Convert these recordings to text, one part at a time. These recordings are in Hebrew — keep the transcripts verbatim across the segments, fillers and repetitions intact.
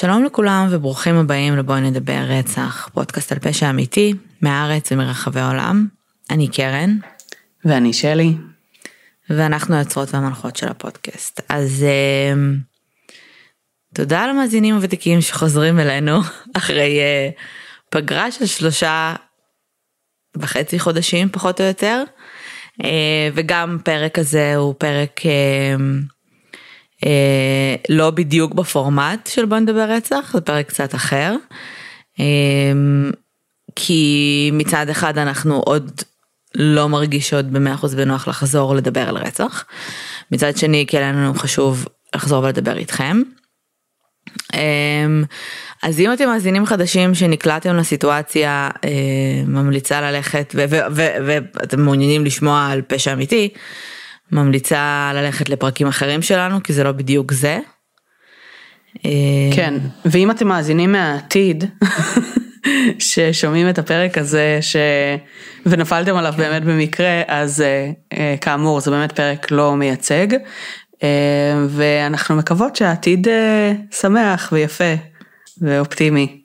שלום לכולם וברוכים הבאים לבואי נדבר רצח, פודקאסט על פשע אמיתי, מהארץ ומרחבי העולם. אני קרן. ואני שלי. ואנחנו היוצרות והמנחות של הפודקאסט. אז תודה למאזינים הוותיקים שחוזרים אלינו אחרי פגרה של שלושה וחצי חודשים פחות או יותר. וגם פרק הזה הוא פרק לא בדיוק בפורמט של בוא נדבר רצח, זה פרק קצת אחר. כי מצד אחד אנחנו עוד לא מרגישות במאה אחוז בנוח לחזור לדבר על רצח. מצד שני, כי לנו חשוב לחזור ולדבר איתכם. אז אם אתם מאזינים חדשים שנקלעתם לסיטואציה, ממליצה ללכת, ואתם מעוניינים לשמוע על פשע אמיתי, ממליצה ללכת לפרקים אחרים שלנו, כי זה לא בדיוק זה. כן, ואם אתם מאזינים מהעתיד, ששומעים את הפרק הזה, ש... ונפלתם עליו באמת במקרה, אז כאמור, זה באמת פרק לא מייצג, ואנחנו מקוות שהעתיד שמח ויפה ואופטימי,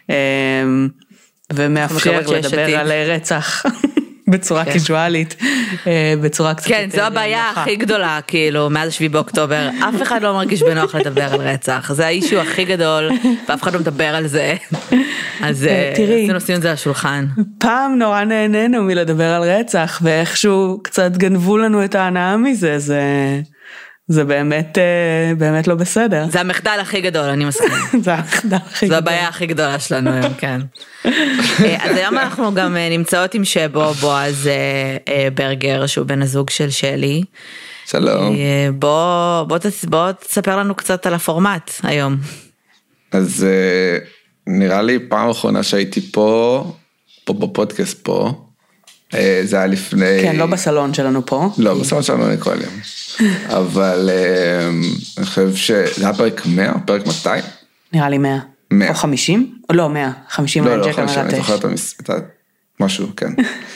ומאפשר לדבר על רצח בצורה קיזואלית, בצורה קצת... כן, זו הבעיה הכי גדולה, כאילו, מאז השביעי באוקטובר, אף אחד לא מרגיש בנוח לדבר על רצח, זה האישו הכי גדול, ואף אחד לא מדבר על זה, אז אתם עושים את זה על השולחן. פעם נורא נהנינו מלדבר על רצח, ואיכשהו קצת גנבו לנו את ההנאה מזה, זה... זה באמת, באמת לא בסדר. זה המחדל הכי גדול, אני מסכים. זה המחדל הכי גדול. זו הבעיה הכי גדולה שלנו היום, כן. אז היום אנחנו גם נמצאות עם שבו, בועז ברגר, שהוא בן הזוג של שלי. שלום. בוא, בוא, בוא תספר לנו קצת על הפורמט היום. אז נראה לי פעם אחרונה שהייתי פה, פה בפודקאסט פה, זה היה לפני... כן, לא בסלון שלנו פה. לא, בסלון שלנו אני כל יום. אבל אני חושב שזה היה פרק מאה, פרק מאתיים? נראה לי מאה. מאה. או חמישים? או לא, מאה. חמישים. לא, לא, חמישים, אני זוכר את משהו, כן.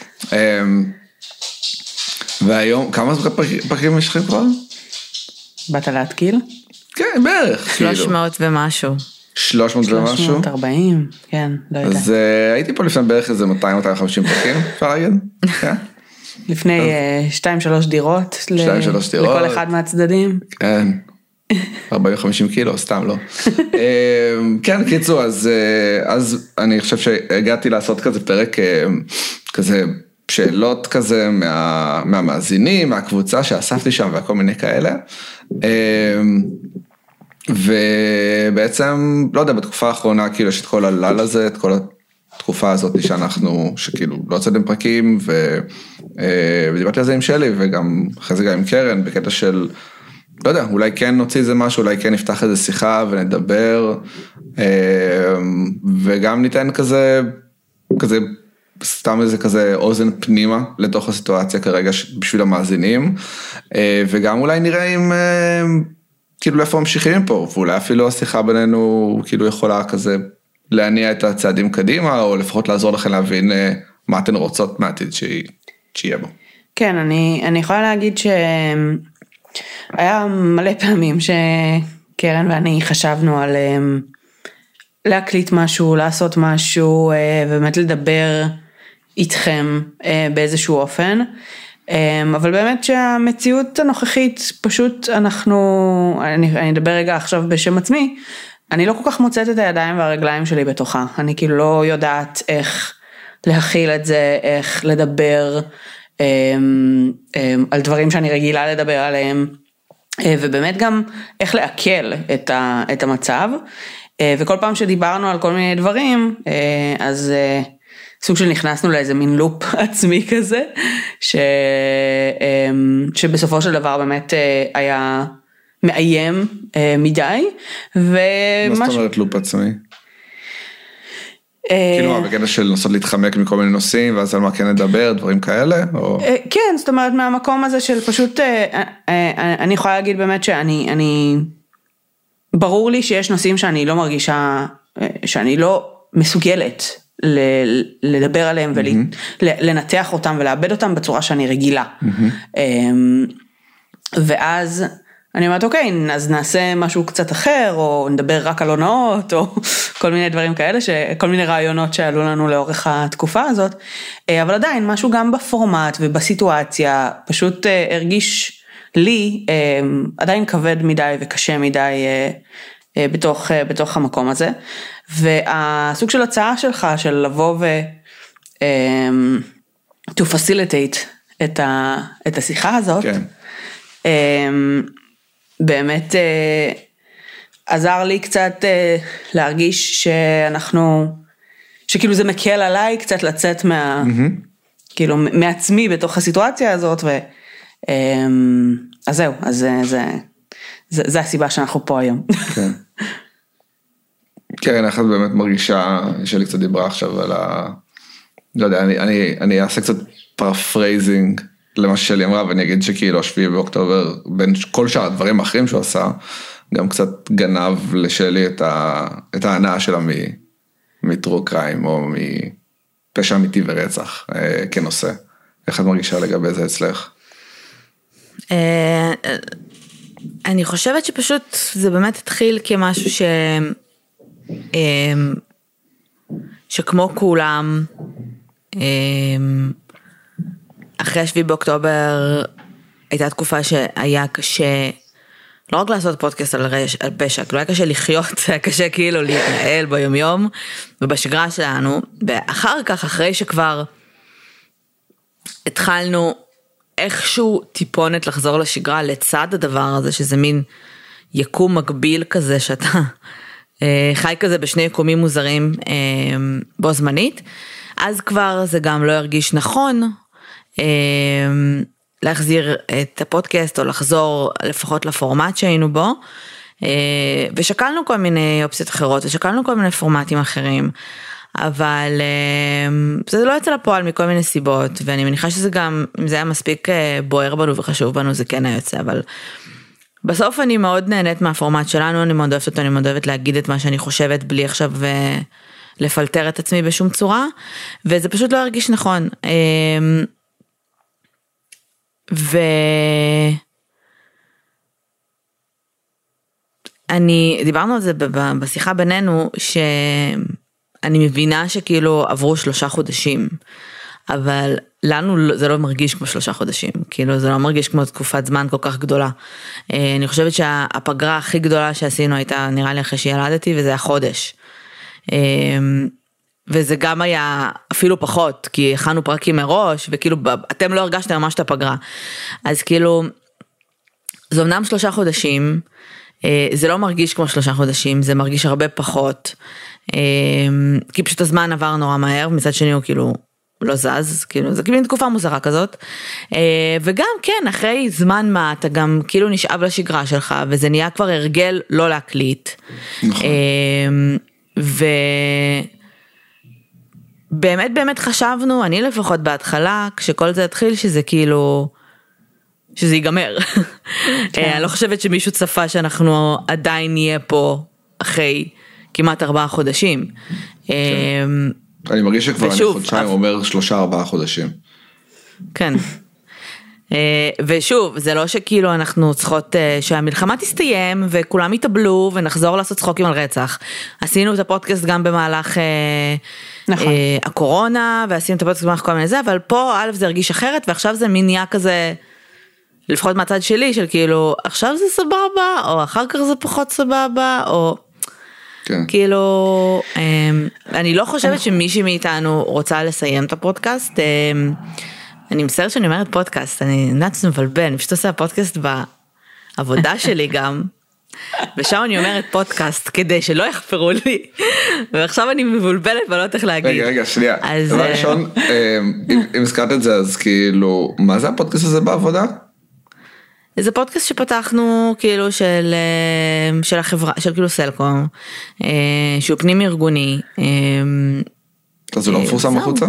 והיום, כמה פרקים יש לכם כבר? באת להתקיל? כן, בערך. שלוש מאות ומשהו. שלוש מאות ומשהו? שלוש מאות וארבעים, כן, לא יודע. אז הייתי פה לפני בערך איזה מאתיים מאתיים וחמישים פרקים, אפשר להגיד? כן. לפני שתיים שלוש דירות, שתיים שלוש דירות, לכל אחד מהצדדים. כן, ארבעים וחמישים קילו, סתם לא. כן, קיצור, אז אני חושב שהגעתי לעשות כזה פרק, כזה שאלות כזה מהמאזינים, מהקבוצה שאספתי שם וכל מיני כאלה. ובעצם, לא יודע, בתקופה האחרונה, כאילו יש את כל הלל הזה, את כל התקופה הזאת שאנחנו, שכאילו לא צדם פרקים, ודיברתי על זה עם שלי, וגם אחרי זה גם עם קרן, בקטע של, לא יודע, אולי כן נוציא איזה משהו, אולי כן נפתח איזה שיחה ונדבר, וגם ניתן כזה, כזה, סתם איזה כזה אוזן פנימה לתוך הסיטואציה כרגע בשביל המאזינים, וגם אולי נראה אם, כאילו איפה ממשיכים פה, ואולי אפילו השיחה בינינו, כאילו יכולה כזה להניע את הצעדים קדימה, או לפחות לעזור לכם להבין מה אתן רוצות מעתיד שיהיה בו. כן, אני, אני יכולה להגיד שהיה מלא פעמים שקרן ואני חשבנו על להקליט משהו, לעשות משהו, ובאמת לדבר איתכם באיזשהו אופן, אבל באמת שהמציאות הנוכחית, פשוט אנחנו, אני, אני אדבר רגע עכשיו בשם עצמי, אני לא כל כך מוצאת את הידיים והרגליים שלי בתוכה, אני כאילו לא יודעת איך להכיל את זה, איך לדבר על דברים שאני רגילה לדבר עליהם, ובאמת גם איך לעכל את, ה, את המצב, וכל פעם שדיברנו על כל מיני דברים, אז סוג של נכנסנו לאיזה מין לופ עצמי כזה, ש, שבסופו של דבר באמת היה מאיים מדי. מה זאת אומרת לופ עצמי? כאילו, בקטע של לנסות להתחמק מכל מיני נושאים, ואז על מה כן לדבר, דברים כאלה? כן, זאת אומרת, מהמקום הזה של פשוט, אני יכולה להגיד באמת שאני, אני, ברור לי שיש נושאים שאני לא מרגישה, שאני לא מסוגלת לדבר עליהם ולנתח אותם ולאבד אותם בצורה שאני רגילה. ואז אני אומרת, אוקיי, אז נעשה משהו קצת אחר, או נדבר רק על הונאות, או כל מיני דברים כאלה, כל מיני רעיונות שעלו לנו לאורך התקופה הזאת, אבל עדיין, משהו גם בפורמט ובסיטואציה, פשוט הרגיש לי עדיין כבד מדי וקשה מדי בתוך, בתוך המקום הזה, והסוג של הצעה שלך, של לבוא ו... to facilitate את, ה, את השיחה הזאת, כן. באמת עזר לי קצת להרגיש שאנחנו, שכאילו זה מקל עליי קצת לצאת מה, mm-hmm. כאילו מעצמי בתוך הסיטואציה הזאת, ו, אז זהו, אז זה, זה, זה, זה הסיבה שאנחנו פה היום. כן. קרן, איך את באמת מרגישה, שלי קצת דיברה עכשיו על ה... לא יודע, אני, אני, אני אעשה קצת פרפרייזינג למה שלי אמרה, ואני אגיד שכאילו השביעי באוקטובר, בין כל שאר הדברים האחרים שהוא עשה, גם קצת גנב לשלי את, ה, את ההנאה שלה מטרו קריים, או מפשע אמיתי ורצח, אה, כנושא. איך את מרגישה לגבי זה אצלך? אני חושבת שפשוט זה באמת התחיל כמשהו ש... שכמו כולם, אחרי השביעי באוקטובר הייתה תקופה שהיה קשה, לא רק לעשות פודקאסט על, רש, על פשע, כאילו היה קשה לחיות, היה קשה כאילו להתנהל ביום יום ובשגרה שלנו, ואחר כך, אחרי שכבר התחלנו איכשהו טיפונת לחזור לשגרה לצד הדבר הזה, שזה מין יקום מקביל כזה שאתה חי כזה בשני יקומים מוזרים בו זמנית, אז כבר זה גם לא ירגיש נכון להחזיר את הפודקאסט או לחזור לפחות לפורמט שהיינו בו, ושקלנו כל מיני אופציות אחרות ושקלנו כל מיני פורמטים אחרים, אבל זה לא יצא לפועל מכל מיני סיבות, ואני מניחה שזה גם, אם זה היה מספיק בוער בנו וחשוב בנו, זה כן היה יוצא, אבל בסוף אני מאוד נהנית מהפורמט שלנו, אני מאוד אוהבת אותו, אני מאוד אוהבת להגיד את מה שאני חושבת, בלי עכשיו לפלטר את עצמי בשום צורה, וזה פשוט לא הרגיש נכון. ואני, דיברנו על זה בשיחה בינינו, שאני מבינה שכאילו עברו שלושה חודשים, אבל לנו זה לא מרגיש כמו שלושה חודשים, כאילו זה לא מרגיש כמו תקופת זמן כל כך גדולה. אני חושבת שהפגרה הכי גדולה שעשינו הייתה נראה לי אחרי שילדתי, וזה היה חודש. וזה גם היה אפילו פחות, כי הכנו פרקים מראש, וכאילו אתם לא הרגשתם ממש את הפגרה. אז כאילו, זה אמנם שלושה חודשים, זה לא מרגיש כמו שלושה חודשים, זה מרגיש הרבה פחות, כי פשוט הזמן עבר נורא מהר, מצד שני הוא כאילו לא זז, כאילו זה כאילו תקופה מוזרה כזאת, וגם כן, אחרי זמן מה, אתה גם כאילו נשאב לשגרה שלך, וזה נהיה כבר הרגל לא להקליט, נכון. ו... באמת באמת חשבנו, אני לפחות בהתחלה, כשכל זה התחיל, שזה כאילו, שזה ייגמר. אני לא חושבת שמישהו צפה שאנחנו עדיין נהיה פה אחרי כמעט ארבעה חודשים. אני מרגיש שכבר אני חודשיים אומר שלושה ארבעה חודשים. כן. ושוב, זה לא שכאילו אנחנו צריכות שהמלחמה תסתיים וכולם יתאבלו ונחזור לעשות צחוקים על רצח. עשינו את הפודקאסט גם במהלך נכון. הקורונה, ועשינו את הפודקאסט במהלך כל מיני זה, אבל פה א' זה הרגיש אחרת, ועכשיו זה מין נהיה כזה, לפחות מהצד שלי, של כאילו, עכשיו זה סבבה, או אחר כך זה פחות סבבה, או כן. כאילו, אני לא חושבת שמישהי מאיתנו רוצה לסיים את הפודקאסט, אני מסתרת שאני אומרת פודקאסט, אני נצ מבלבל, אני פשוט עושה פודקאסט בעבודה שלי גם, ושם אני אומרת פודקאסט, כדי שלא יחפרו לי, ועכשיו אני מבולבלת ולא יודעת איך להגיד. רגע, רגע, שנייה. דבר ראשון, אם הזכרת את זה, אז כאילו, מה זה הפודקאסט הזה בעבודה? זה פודקאסט שפתחנו, כאילו, של, של החברה, של כאילו סלקום, שהוא פנים ארגוני. אז זה לא מפורסם החוצה?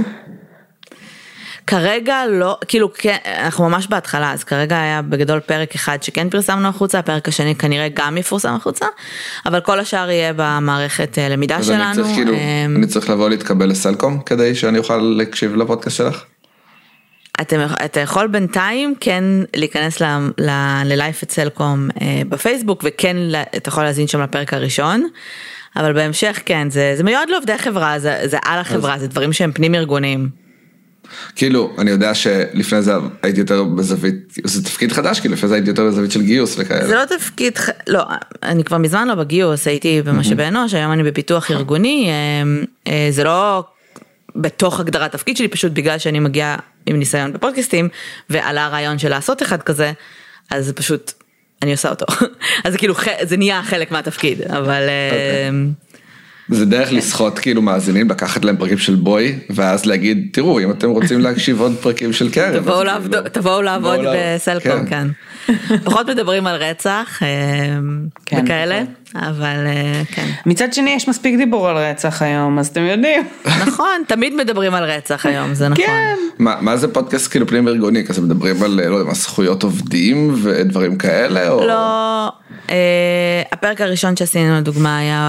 כרגע לא, כאילו, אנחנו ממש בהתחלה, אז כרגע היה בגדול פרק אחד שכן פרסמנו החוצה, הפרק השני כנראה גם יפורסם החוצה, אבל כל השאר יהיה במערכת למידה שלנו. אז אני צריך, כאילו, אני צריך לבוא להתקבל לסלקום, כדי שאני אוכל להקשיב לפודקאסט שלך? אתם, אתה יכול בינתיים כן להיכנס ללייף את סלקום בפייסבוק, וכן אתה יכול להזין שם לפרק הראשון, אבל בהמשך כן, זה, זה מיועד לעובדי חברה, זה, זה על החברה, זה דברים שהם פנים ארגוניים. כאילו, אני יודע שלפני זה הייתי יותר בזווית, זה תפקיד חדש, כי לפני זה הייתי יותר בזווית של גיוס וכאלה. זה לא תפקיד, לא, אני כבר מזמן לא בגיוס, הייתי במשאבי אנוש, היום אני בפיתוח ארגוני, זה לא בתוך הגדרת תפקיד שלי, פשוט בגלל שאני מגיעה עם ניסיון בפודקאסטים, ועלה הרעיון של לעשות אחד כזה, אז פשוט אני עושה אותו. אז זה כאילו, זה נהיה חלק מהתפקיד, אבל... זה דרך לשחות כאילו מאזינים, לקחת להם פרקים של בוי, ואז להגיד, תראו, אם אתם רוצים להקשיב עוד פרקים של קרן. תבואו לעבוד בסלקום, כן. פחות מדברים על רצח, וכאלה, אבל כן. מצד שני, יש מספיק דיבור על רצח היום, אז אתם יודעים. נכון, תמיד מדברים על רצח היום, זה נכון. כן. מה זה פודקאסט כאילו פנים ארגוני? כזה מדברים על, לא יודע, זכויות עובדים ודברים כאלה? לא, הפרק הראשון שעשינו, לדוגמה, היה...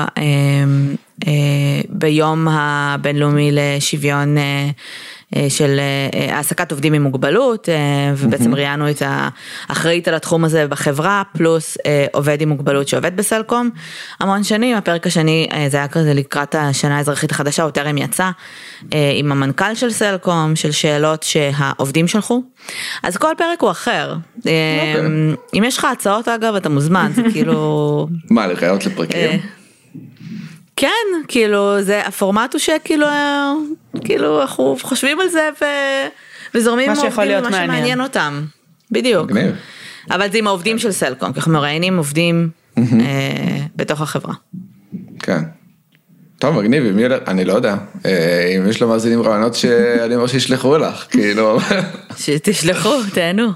ביום הבינלאומי לשוויון של העסקת עובדים עם מוגבלות, ובעצם ראיינו את האחראית על התחום הזה בחברה, פלוס עובד עם מוגבלות שעובד בסלקום המון שנים. הפרק השני זה היה כזה לקראת השנה האזרחית החדשה, הוא טרם יצא, עם המנכ"ל של סלקום, של שאלות שהעובדים שלחו. אז כל פרק הוא אחר. אם יש לך הצעות אגב, אתה מוזמן, זה כאילו... מה, לראיות לפרקים? כן, כאילו, זה, הפורמט הוא שכאילו, כאילו, אנחנו חושבים על זה ו, וזורמים עם העובדים ומה שמעניין אותם. בדיוק. מגניב. אבל זה עם העובדים של סלקום, כי אנחנו מראיינים עובדים אה, בתוך החברה. כן. טוב, מגניב, אני לא יודע, אם יש לו מאזינים רעיונות שאני אומר שישלחו לך, כאילו. שתשלחו, תהנו.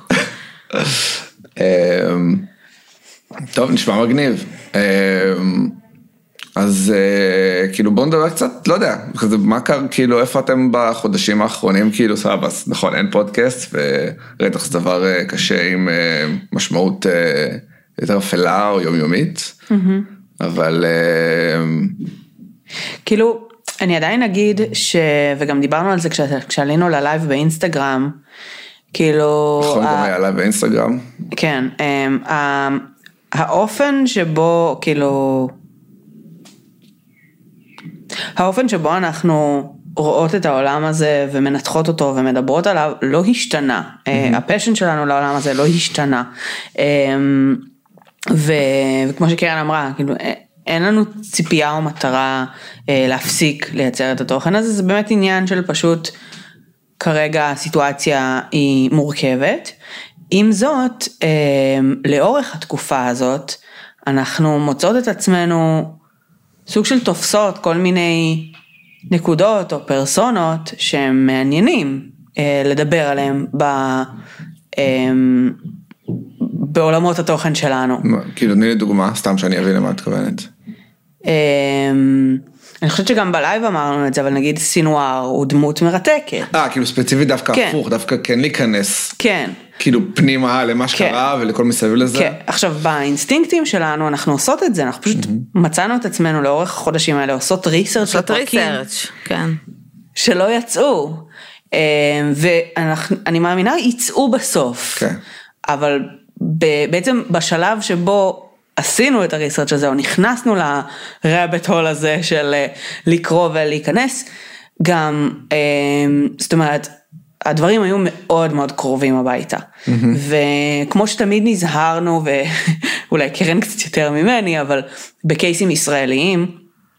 טוב, נשמע מגניב. אז כאילו בואו נדבר קצת, לא יודע, מה קרה, כאילו איפה אתם בחודשים האחרונים, כאילו סבבה, נכון, אין פודקאסט, ורתח זה דבר קשה עם משמעות יותר אפלה או יומיומית, אבל... כאילו, אני עדיין אגיד ש... וגם דיברנו על זה כשעלינו ללייב באינסטגרם, כאילו... נכון, גם היה לייב באינסטגרם. כן, האופן שבו, כאילו... האופן שבו אנחנו רואות את העולם הזה ומנתחות אותו ומדברות עליו לא השתנה. הפשן שלנו לעולם הזה לא השתנה. וכמו שקרן אמרה, כאילו, אין לנו ציפייה או מטרה להפסיק לייצר את התוכן הזה, זה באמת עניין של פשוט כרגע הסיטואציה היא מורכבת. עם זאת, לאורך התקופה הזאת, אנחנו מוצאות את עצמנו סוג של תופסות כל מיני נקודות או פרסונות שהם מעניינים אה, לדבר עליהם ב, אה, בעולמות התוכן שלנו. כאילו, תני לי דוגמה, סתם שאני אבין למה את מתכוונת. אה, אני חושבת שגם בלייב אמרנו את זה, אבל נגיד סינואר הוא דמות מרתקת. אה, כאילו ספציפית דווקא כן. הפוך, דווקא כן להיכנס. כן. כאילו פנימה למה שקרה כן. ולכל מסביב לזה. כן, עכשיו באינסטינקטים שלנו אנחנו עושות את זה, אנחנו פשוט mm-hmm. מצאנו את עצמנו לאורך החודשים האלה, עושות ריסרצ' לפרקים, כן. שלא יצאו, ואני מאמינה יצאו בסוף, כן. אבל בעצם בשלב שבו עשינו את הריסרצ' הזה, או נכנסנו לרבט הול הזה של לקרוא ולהיכנס, גם, זאת אומרת, הדברים היו מאוד מאוד קרובים הביתה, mm-hmm. וכמו שתמיד נזהרנו, ואולי קרן קצת יותר ממני, אבל בקייסים ישראליים,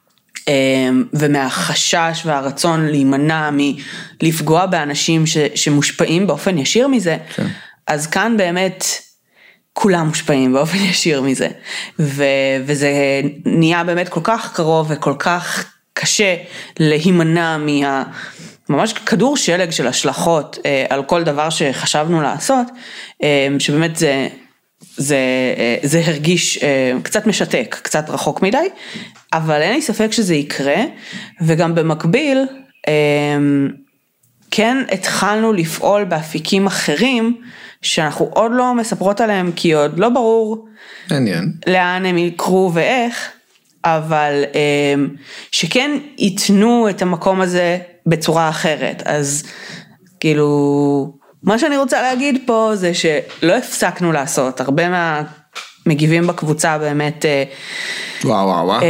ומהחשש והרצון להימנע מלפגוע באנשים ש, שמושפעים באופן ישיר מזה, כן. אז כאן באמת כולם מושפעים באופן ישיר מזה, ו, וזה נהיה באמת כל כך קרוב וכל כך קשה להימנע מה... ממש כדור שלג של השלכות אה, על כל דבר שחשבנו לעשות, אה, שבאמת זה, זה, אה, זה הרגיש אה, קצת משתק, קצת רחוק מדי, אבל אין לי ספק שזה יקרה, וגם במקביל, אה, כן התחלנו לפעול באפיקים אחרים, שאנחנו עוד לא מספרות עליהם, כי עוד לא ברור עניין. לאן הם יקרו ואיך, אבל אה, שכן ייתנו את המקום הזה, בצורה אחרת, אז כאילו מה שאני רוצה להגיד פה זה שלא הפסקנו לעשות, הרבה מהמגיבים בקבוצה באמת, וואו וואו וואו.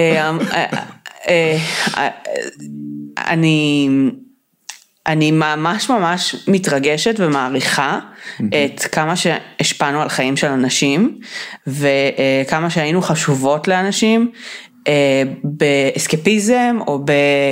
אני, אני ממש ממש מתרגשת ומעריכה את כמה שהשפענו על חיים של אנשים, וכמה שהיינו חשובות לאנשים, באסקפיזם או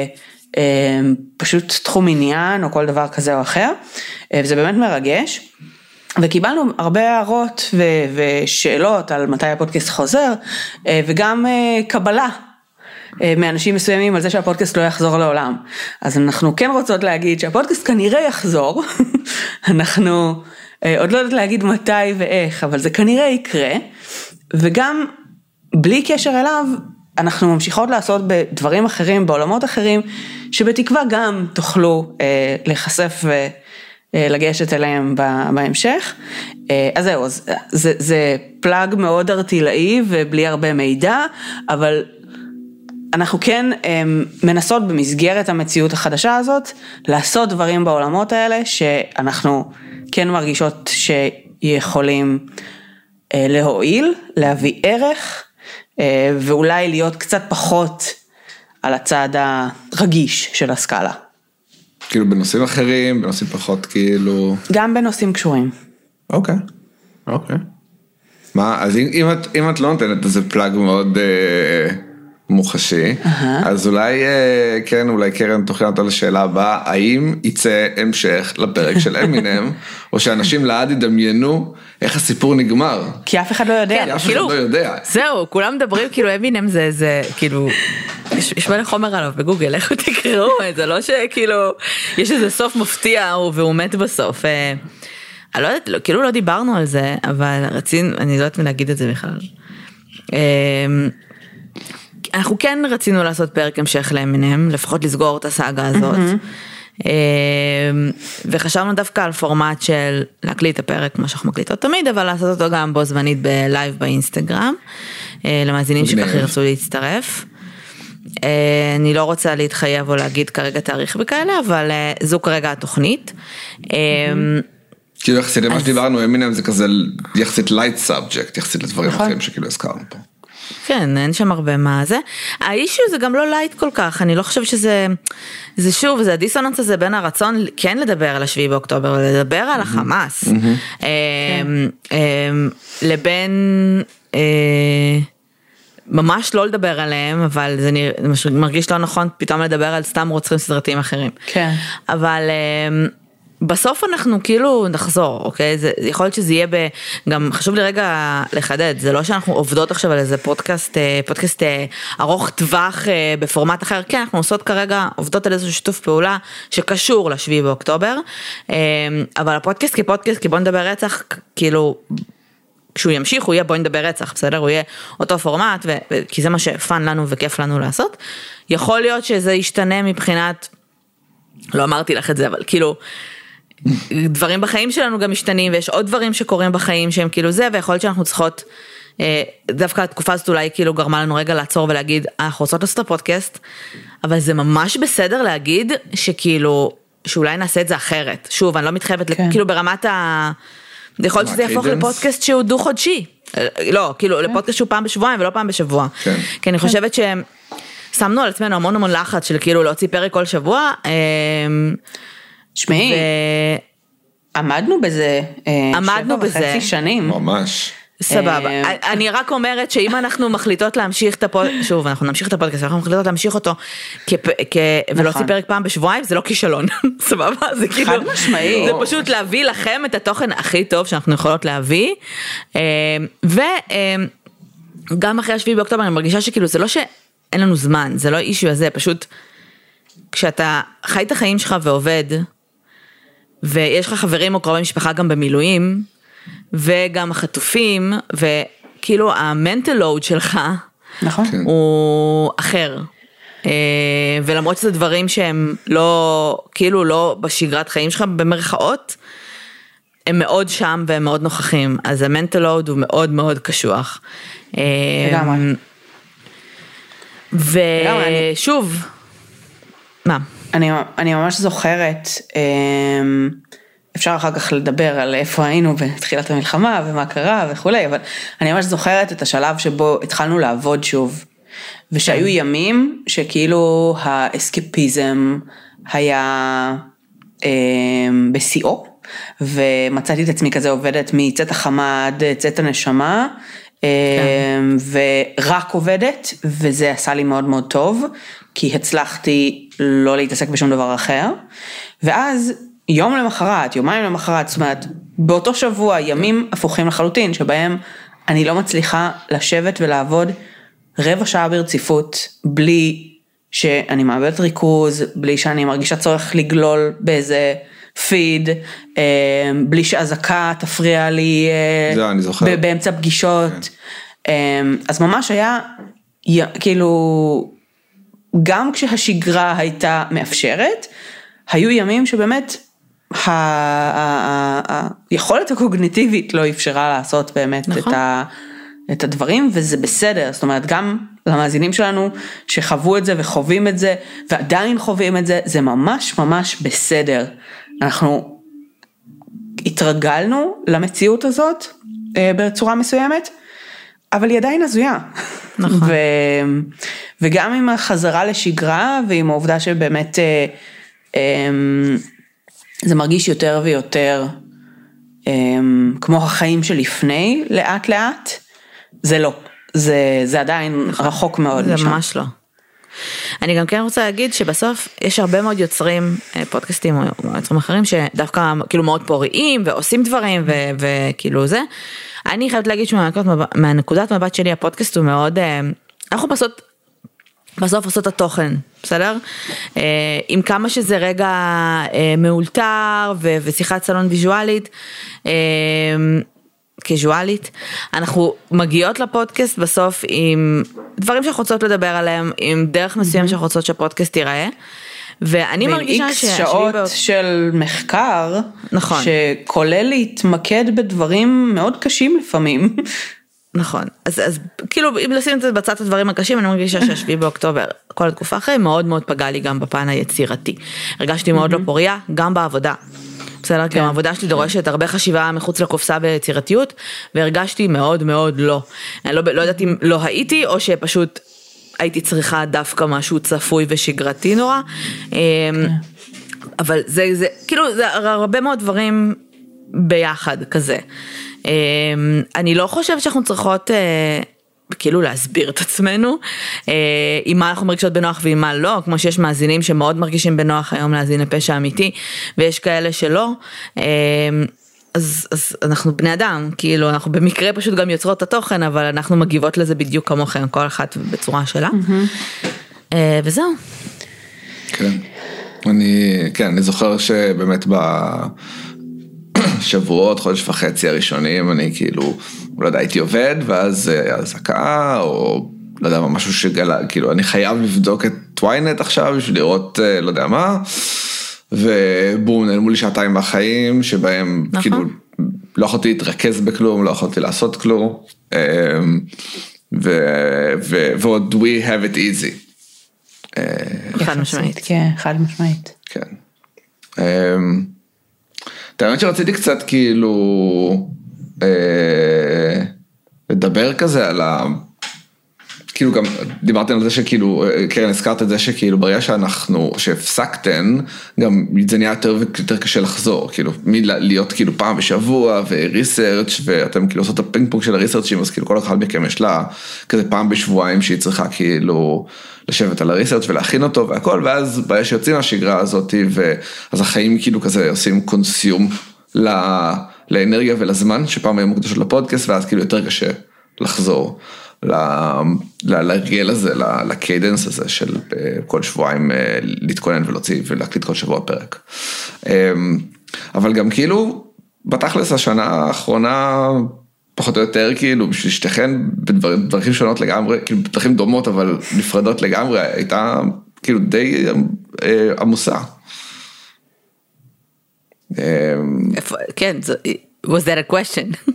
בפשוט תחום עניין או כל דבר כזה או אחר, וזה באמת מרגש. וקיבלנו הרבה הערות ושאלות על מתי הפודקאסט חוזר, וגם קבלה מאנשים מסוימים על זה שהפודקאסט לא יחזור לעולם. אז אנחנו כן רוצות להגיד שהפודקאסט כנראה יחזור, אנחנו עוד לא יודעת להגיד מתי ואיך, אבל זה כנראה יקרה, וגם בלי קשר אליו, אנחנו ממשיכות לעשות בדברים אחרים, בעולמות אחרים, שבתקווה גם תוכלו אה, להיחשף ולגשת אליהם בהמשך. אה, אז זהו, זה, זה, זה פלאג מאוד ארטילאי ובלי הרבה מידע, אבל אנחנו כן אה, מנסות במסגרת המציאות החדשה הזאת, לעשות דברים בעולמות האלה, שאנחנו כן מרגישות שיכולים אה, להועיל, להביא ערך, ואולי להיות קצת פחות על הצד הרגיש של הסקאלה. כאילו בנושאים אחרים, בנושאים פחות כאילו... גם בנושאים קשורים. אוקיי, אוקיי. מה, אז אם, אם, את, אם את לא נותנת איזה פלאג מאוד אה, מוחשי, uh-huh. אז אולי אה, קרן, אולי קרן תוכל לענות על השאלה הבאה, האם יצא המשך לפרק של אמינם, או שאנשים לעד ידמיינו איך הסיפור נגמר? כי אף אחד לא יודע. כי אף אחד לא יודע. זהו, כולם מדברים, כאילו אמינם זה, זה, כאילו, יש מלא חומר עליו בגוגל, איך תקראו את זה, לא שכאילו, יש איזה סוף מפתיע, והוא מת בסוף. אני לא יודעת, כאילו לא דיברנו על זה, אבל רצינו, אני לא יודעת מלהגיד את זה בכלל. אנחנו כן רצינו לעשות פרק המשך לאמינם, לפחות לסגור את הסאגה הזאת. וחשבנו דווקא על פורמט של להקליט את הפרק, כמו שאנחנו מקליטות תמיד, אבל לעשות אותו גם בו זמנית בלייב באינסטגרם, למאזינים שכך ירצו להצטרף. אני לא רוצה להתחייב או להגיד כרגע תאריך וכאלה, אבל זו כרגע התוכנית. כאילו יחסית למה שדיברנו, אמינם זה כזה יחסית לייט סאבג'קט, יחסית לדברים אחרים שכאילו הזכרנו פה. כן, אין שם הרבה מה זה. האישו זה גם לא לייט כל כך, אני לא חושב שזה, זה שוב, זה הדיסוננס הזה בין הרצון כן לדבר על השביעי באוקטובר, ולדבר על החמאס, לבין ממש לא לדבר עליהם, אבל זה מרגיש לא נכון פתאום לדבר על סתם רוצחים סדרתיים אחרים. כן. אבל... בסוף אנחנו כאילו נחזור, אוקיי? זה, יכול להיות שזה יהיה ב... גם חשוב לי רגע לחדד, זה לא שאנחנו עובדות עכשיו על איזה פודקאסט, פודקאסט ארוך טווח בפורמט אחר, כן, אנחנו עושות כרגע, עובדות על איזשהו שיתוף פעולה שקשור לשביעי באוקטובר, אבל הפודקאסט כפודקאסט, כי בוא נדבר רצח, כאילו, כשהוא ימשיך, הוא יהיה בוא נדבר רצח, בסדר? הוא יהיה אותו פורמט, ו... כי זה מה שפן לנו וכיף לנו לעשות. יכול להיות שזה ישתנה מבחינת, לא אמרתי לך את זה, אבל כאילו, דברים בחיים שלנו גם משתנים, ויש עוד דברים שקורים בחיים שהם כאילו זה, ויכול להיות שאנחנו צריכות, דווקא התקופה הזאת אולי כאילו גרמה לנו רגע לעצור ולהגיד, אנחנו רוצות לעשות את הפודקאסט, אבל זה ממש בסדר להגיד שכאילו, שאולי נעשה את זה אחרת. שוב, אני לא מתחייבת, כן. כאילו ברמת ה... יכול להיות שזה יהפוך לפודקאסט שהוא דו חודשי. לא, כאילו לפודקאסט שהוא פעם בשבועיים ולא פעם בשבוע. כן. כי אני חושבת שהם, שמנו על עצמנו המון המון לחץ של כאילו להוציא פרק כל שבוע, שמעי, עמדנו בזה, עמדנו בזה, שבע וחצי שנים. ממש. סבבה, אני רק אומרת שאם אנחנו מחליטות להמשיך את הפודקאסט, שוב, אנחנו נמשיך את הפודקאסט, אנחנו מחליטות להמשיך אותו, ולהוציא פרק פעם בשבועיים, זה לא כישלון, סבבה? זה כאילו, חד משמעי. זה פשוט להביא לכם את התוכן הכי טוב שאנחנו יכולות להביא, וגם אחרי השביעי באוקטובר אני מרגישה שכאילו זה לא שאין לנו זמן, זה לא אישו הזה, פשוט כשאתה חי את החיים שלך ועובד, ויש לך חברים או קרובי משפחה גם במילואים, וגם החטופים, וכאילו המנטל לואוד שלך, נכון. הוא אחר. ולמרות שזה דברים שהם לא, כאילו לא בשגרת חיים שלך במרכאות, הם מאוד שם והם מאוד נוכחים, אז המנטל לואוד הוא מאוד מאוד קשוח. לגמרי. ושוב, מה? אני, אני ממש זוכרת, אפשר אחר כך לדבר על איפה היינו בתחילת המלחמה ומה קרה וכולי, אבל אני ממש זוכרת את השלב שבו התחלנו לעבוד שוב, ושהיו ימים שכאילו האסקפיזם היה אה, בשיאו, ומצאתי את עצמי כזה עובדת מצאת החמה עד צאת הנשמה, אה, ורק עובדת, וזה עשה לי מאוד מאוד טוב, כי הצלחתי לא להתעסק בשום דבר אחר, ואז יום למחרת, יומיים למחרת, זאת אומרת, באותו שבוע, ימים הפוכים לחלוטין, שבהם אני לא מצליחה לשבת ולעבוד רבע שעה ברציפות, בלי שאני מאבדת ריכוז, בלי שאני מרגישה צורך לגלול באיזה פיד, בלי שהזקה תפריע לי זה, אני זוכר. באמצע פגישות. אז ממש היה, כאילו, גם כשהשגרה הייתה מאפשרת, היו ימים שבאמת, היכולת הקוגניטיבית לא אפשרה לעשות באמת נכון. את, ה, את הדברים, וזה בסדר, זאת אומרת, גם למאזינים שלנו שחוו את זה וחווים את זה, ועדיין חווים את זה, זה ממש ממש בסדר. אנחנו התרגלנו למציאות הזאת בצורה מסוימת, אבל היא עדיין הזויה. נכון. ו, וגם עם החזרה לשגרה, ועם העובדה שבאמת זה מרגיש יותר ויותר כמו החיים שלפני, לאט לאט, זה לא. זה, זה עדיין נכון. רחוק מאוד זה משם. זה ממש לא. אני גם כן רוצה להגיד שבסוף יש הרבה מאוד יוצרים, פודקאסטים או יוצרים אחרים, שדווקא כאילו מאוד פוריים ועושים דברים ו- וכאילו זה. אני חייבת להגיד שמהנקודת מבט שלי הפודקאסט הוא מאוד, אנחנו בסוף, בסוף עושות התוכן, בסדר? עם כמה שזה רגע מאולתר ו- ושיחת סלון ויזואלית, קזואלית, אנחנו מגיעות לפודקאסט בסוף עם דברים שאנחנו רוצות לדבר עליהם, עם דרך מסוים שאנחנו רוצות שהפודקאסט ייראה, ואני מרגישה ש... ועם איקס שעות בא... של מחקר, נכון. שכולל להתמקד בדברים מאוד קשים לפעמים. נכון, אז, אז כאילו אם לשים את זה בצד הדברים הקשים, אני מרגישה שהשביעי באוקטובר, כל התקופה אחרי, מאוד מאוד פגע לי גם בפן היצירתי. הרגשתי מאוד לא פוריה, גם בעבודה. בסדר, כי העבודה שלי דורשת הרבה חשיבה מחוץ לקופסה ביצירתיות, והרגשתי מאוד מאוד לא. אני לא, לא יודעת אם לא הייתי, או שפשוט הייתי צריכה דווקא משהו צפוי ושגרתי נורא. אבל זה, זה, כאילו, זה הרבה מאוד דברים ביחד כזה. אני לא חושבת שאנחנו צריכות כאילו להסביר את עצמנו, עם מה אנחנו מרגישות בנוח ועם מה לא, כמו שיש מאזינים שמאוד מרגישים בנוח היום להאזין לפשע אמיתי, ויש כאלה שלא, אז, אז אנחנו בני אדם, כאילו אנחנו במקרה פשוט גם יוצרות את התוכן, אבל אנחנו מגיבות לזה בדיוק כמוכם, כל אחת בצורה שלה, וזהו. כן, אני, כן, אני זוכר שבאמת בשבועות, חודש וחצי הראשונים, אני כאילו, לא יודע, הייתי עובד, ואז הזקה, או לא יודע, משהו שגלה, כאילו, אני חייב לבדוק את טוויינט עכשיו, בשביל לראות, לא יודע מה, ובום, נעלמו לי שעתיים בחיים, שבהם, נכון. כאילו, לא יכולתי להתרכז בכלום, לא יכולתי לעשות כלום, ועוד, we have it easy. חד משמעית. כן, חד משמעית. כן. האמת שרציתי קצת כאילו לדבר כזה על ה... כאילו גם דיברתם על זה שכאילו, קרן הזכרת את זה שכאילו ברגע שאנחנו, שהפסקתן, גם זה נהיה יותר ויותר קשה לחזור, כאילו מלהיות כאילו פעם בשבוע וריסרצ' ואתם כאילו עושות את הפינג פונג של הריסרצ'ים, אז כאילו כל אחד מכם יש לה כזה פעם בשבועיים שהיא צריכה כאילו לשבת על הריסרצ' ולהכין אותו והכל, ואז ברגע שיוצאים מהשגרה הזאת, ואז החיים כאילו כזה עושים קונסיום לאנרגיה ולזמן, שפעם היו מוקדשות לפודקאסט, ואז כאילו יותר קשה לחזור. להרגל הזה, לקיידנס הזה של כל שבועיים להתכונן ולהוציא ולהקליט כל שבוע פרק. אבל גם כאילו, בתכלס השנה האחרונה, פחות או יותר כאילו, בשביל שתכן בדרכים שונות לגמרי, כאילו בדרכים דומות אבל נפרדות לגמרי, הייתה כאילו די עמוסה. כן, was that a question?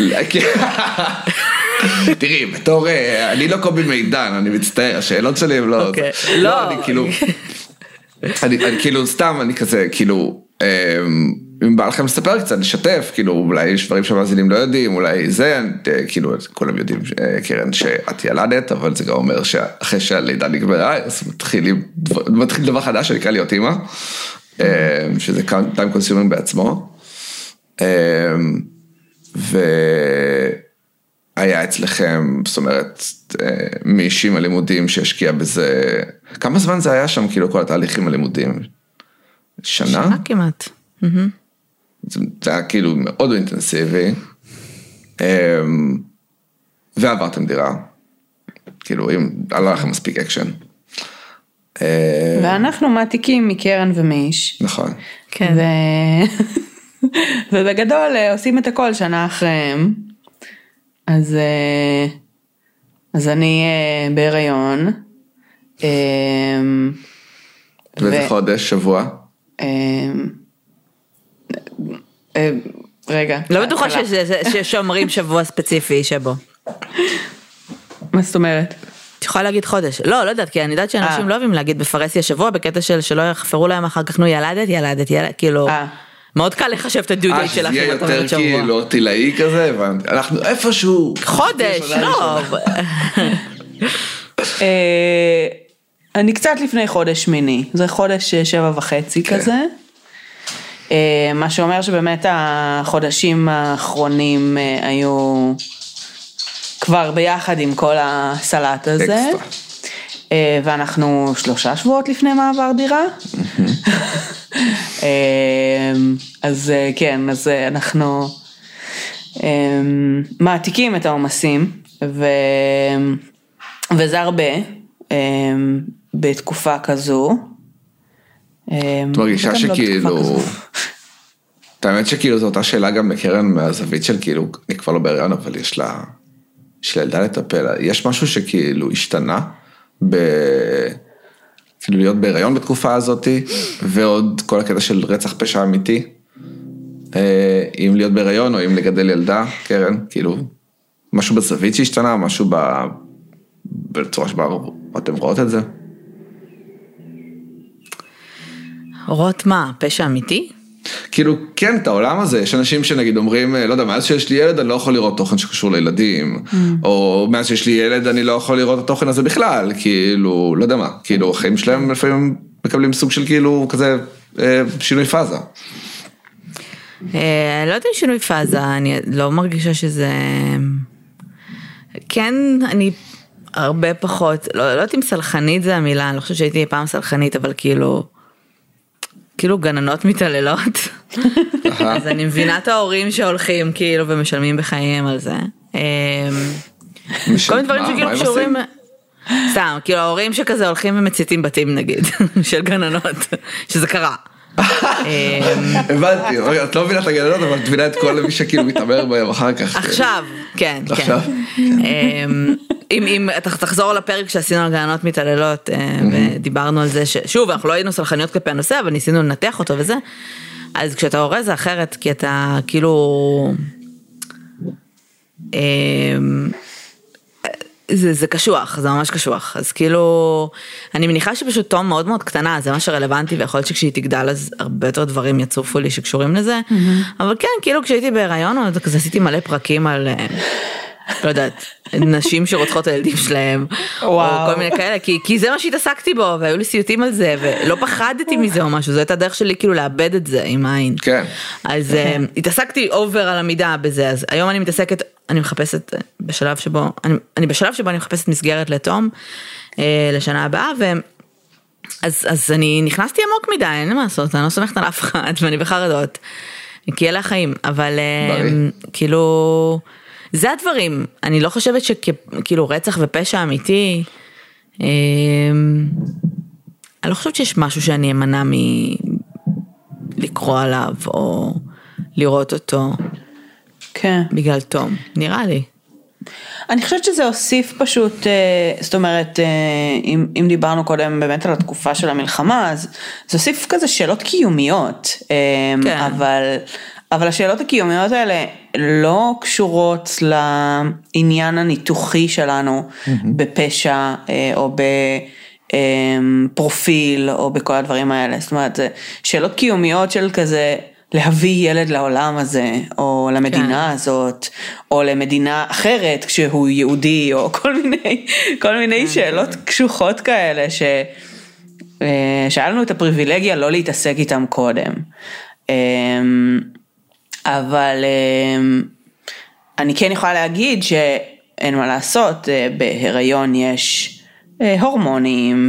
תראי, בתור, אני לא קובי מידן, אני מצטער, השאלות שלי הם לא, לא, אני כאילו, אני כאילו סתם, אני כזה, כאילו, אם בא לכם לספר קצת, לשתף, כאילו אולי יש דברים שהמאזינים לא יודעים, אולי זה, כאילו כולם יודעים, קרן, שאת ילדת, אבל זה גם אומר שאחרי שהלידה נגמרה, אז מתחיל דבר חדש שנקרא להיות אימא, שזה time consuming בעצמו, והיה אצלכם, זאת אומרת, מישהי עם הלימודים שהשקיע בזה, כמה זמן זה היה שם, כאילו כל התהליכים הלימודים? שנה? שנה כמעט. זה היה כאילו מאוד אינטנסיבי, ועברתם דירה, כאילו אם עלה לכם מספיק אקשן. ואנחנו מעתיקים מקרן ומיש. נכון. כן. ובגדול עושים את הכל שנה אחריהם, אז, אז אני בהיריון. ואיזה חודש, שבוע? רגע. לא בטוחה ששומרים שבוע ספציפי שבו. מה זאת אומרת? את יכולה להגיד חודש. לא, לא יודעת, כי אני יודעת שאנשים לא אוהבים להגיד בפרסיה שבוע, בקטע של שלא יחפרו להם אחר כך, נו ילדת, ילדת, ילדת, כאילו, מאוד קל לחשב את הדיודית שלך. אה, שזה יהיה יותר כאילו תילאי כזה, אנחנו איפשהו... חודש, לא. אני קצת לפני חודש מיני, זה חודש שבע וחצי כזה. מה שאומר שבאמת החודשים האחרונים היו כבר ביחד עם כל הסלט הזה. ואנחנו שלושה שבועות לפני מעבר דירה. אז כן, אז אנחנו מעתיקים את העומסים, וזה הרבה בתקופה כזו. את מרגישה שכאילו, את האמת שכאילו זו אותה שאלה גם בקרן מהזווית של כאילו, אני כבר לא בהיריון, אבל יש לה, יש לה ילדה לטפל, יש משהו שכאילו השתנה, ב... כאילו להיות בהיריון בתקופה הזאת, ועוד כל הקטע של רצח פשע אמיתי, אם להיות בהיריון או אם לגדל ילדה, קרן, כאילו, משהו בזווית שהשתנה, משהו ב... בצורה שבה אתם רואות את זה? רואות מה? פשע אמיתי? כאילו, כן, את העולם הזה, יש אנשים שנגיד אומרים, לא יודע, מאז שיש לי ילד, אני לא יכול לראות תוכן שקשור לילדים, או מאז שיש לי ילד, אני לא יכול לראות את התוכן הזה בכלל, כאילו, לא יודע מה, כאילו, החיים שלהם לפעמים מקבלים סוג של כאילו, כזה, שינוי פאזה. לא יודעת אם שינוי פאזה, אני לא מרגישה שזה, כן, אני הרבה פחות, לא יודעת אם סלחנית זה המילה, אני לא חושבת שהייתי פעם סלחנית, אבל כאילו, כאילו גננות מתעללות, אז אני מבינה את ההורים שהולכים כאילו ומשלמים בחייהם על זה. כל מיני דברים שכאילו קשורים, סתם, כאילו ההורים שכזה הולכים ומציתים בתים נגיד, של גננות, שזה קרה. הבנתי, את לא מבינה את הגננות, אבל את מבינה את כל מי שכאילו מתאמר בהם אחר כך. עכשיו, כן, כן. אם אתה תחזור לפרק שעשינו על גננות מתעללות, ודיברנו על זה ששוב, אנחנו לא היינו סלחניות כלפי הנושא, אבל ניסינו לנתח אותו וזה, אז כשאתה הורה זה אחרת, כי אתה כאילו, זה, זה קשוח, זה ממש קשוח, אז כאילו, אני מניחה שפשוט תום מאוד מאוד קטנה, זה מה שרלוונטי, ויכול להיות שכשהיא תגדל, אז הרבה יותר דברים יצופו לי שקשורים לזה, אבל כן, כאילו כשהייתי בהיריון, אז עשיתי מלא פרקים על, לא יודעת, נשים שרוצחות הילדים שלהם, או כל מיני כאלה, כי, כי זה מה שהתעסקתי בו, והיו לי סיוטים על זה, ולא פחדתי מזה או משהו, זו הייתה הדרך שלי כאילו לאבד את זה עם העין. כן. אז התעסקתי אובר על המידה בזה, אז היום אני מתעסקת, אני מחפשת בשלב שבו, אני, אני בשלב שבו אני מחפשת מסגרת לתום, אה, לשנה הבאה, ו... אז, אז אני נכנסתי עמוק מדי, אין לי מה לעשות, אני לא סומכת על אף אחד, ואני בחרדות, כי אלה החיים, אבל אה, כאילו, זה הדברים, אני לא חושבת שכאילו רצח ופשע אמיתי, אה, אני לא חושבת שיש משהו שאני אמנע מלקרוא עליו, או לראות אותו, כן. בגלל תום, נראה לי. אני חושבת שזה הוסיף פשוט, זאת אומרת, אם, אם דיברנו קודם באמת על התקופה של המלחמה, אז זה הוסיף כזה שאלות קיומיות, כן. אבל, אבל השאלות הקיומיות האלה לא קשורות לעניין הניתוחי שלנו mm-hmm. בפשע או בפרופיל או בכל הדברים האלה, זאת אומרת, זה שאלות קיומיות של כזה, להביא ילד לעולם הזה, או למדינה הזאת, או למדינה אחרת כשהוא יהודי, או כל מיני, כל מיני שאלות קשוחות כאלה, ש, שהיה לנו את הפריבילגיה לא להתעסק איתם קודם. אבל אני כן יכולה להגיד שאין מה לעשות, בהיריון יש הורמונים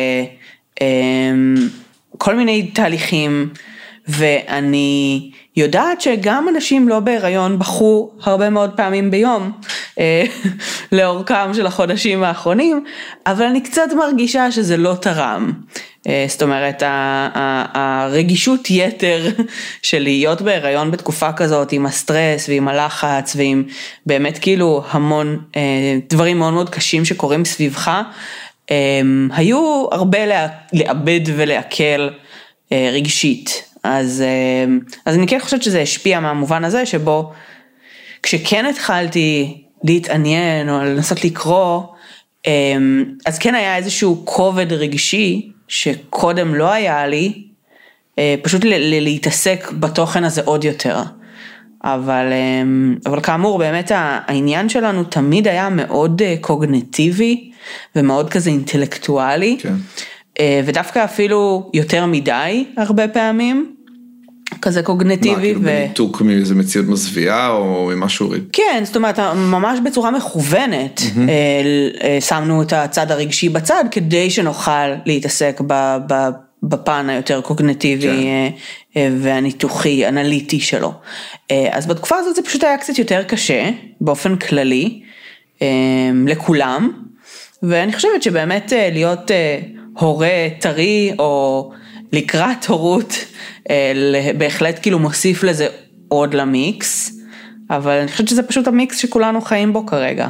וכל מיני תהליכים, ואני יודעת שגם אנשים לא בהיריון בחו הרבה מאוד פעמים ביום לאורכם של החודשים האחרונים, אבל אני קצת מרגישה שזה לא תרם. זאת אומרת, הרגישות יתר של להיות בהיריון בתקופה כזאת, עם הסטרס ועם הלחץ, ועם באמת כאילו המון דברים מאוד מאוד קשים שקורים סביבך, היו הרבה לאבד ולהקל רגשית. אז, אז אני כן חושבת שזה השפיע מהמובן הזה, שבו כשכן התחלתי להתעניין או לנסות לקרוא, אז כן היה איזשהו כובד רגשי, שקודם לא היה לי, פשוט להתעסק בתוכן הזה עוד יותר. אבל, אבל כאמור, באמת העניין שלנו תמיד היה מאוד קוגניטיבי, ומאוד כזה אינטלקטואלי, כן. ודווקא אפילו יותר מדי, הרבה פעמים, כזה קוגניטיבי. מה, כאילו בניתוק מאיזה מציאות מזוויעה, או ממשהו? כן, זאת אומרת, ממש בצורה מכוונת, שמנו את הצד הרגשי בצד, כדי שנוכל להתעסק בפן היותר קוגניטיבי, והניתוחי, אנליטי שלו. אז בתקופה הזאת זה פשוט היה קצת יותר קשה, באופן כללי, לכולם, ואני חושבת שבאמת להיות הורה טרי, או לקראת הורות, בהחלט כאילו מוסיף לזה עוד למיקס, אבל אני חושבת שזה פשוט המיקס שכולנו חיים בו כרגע.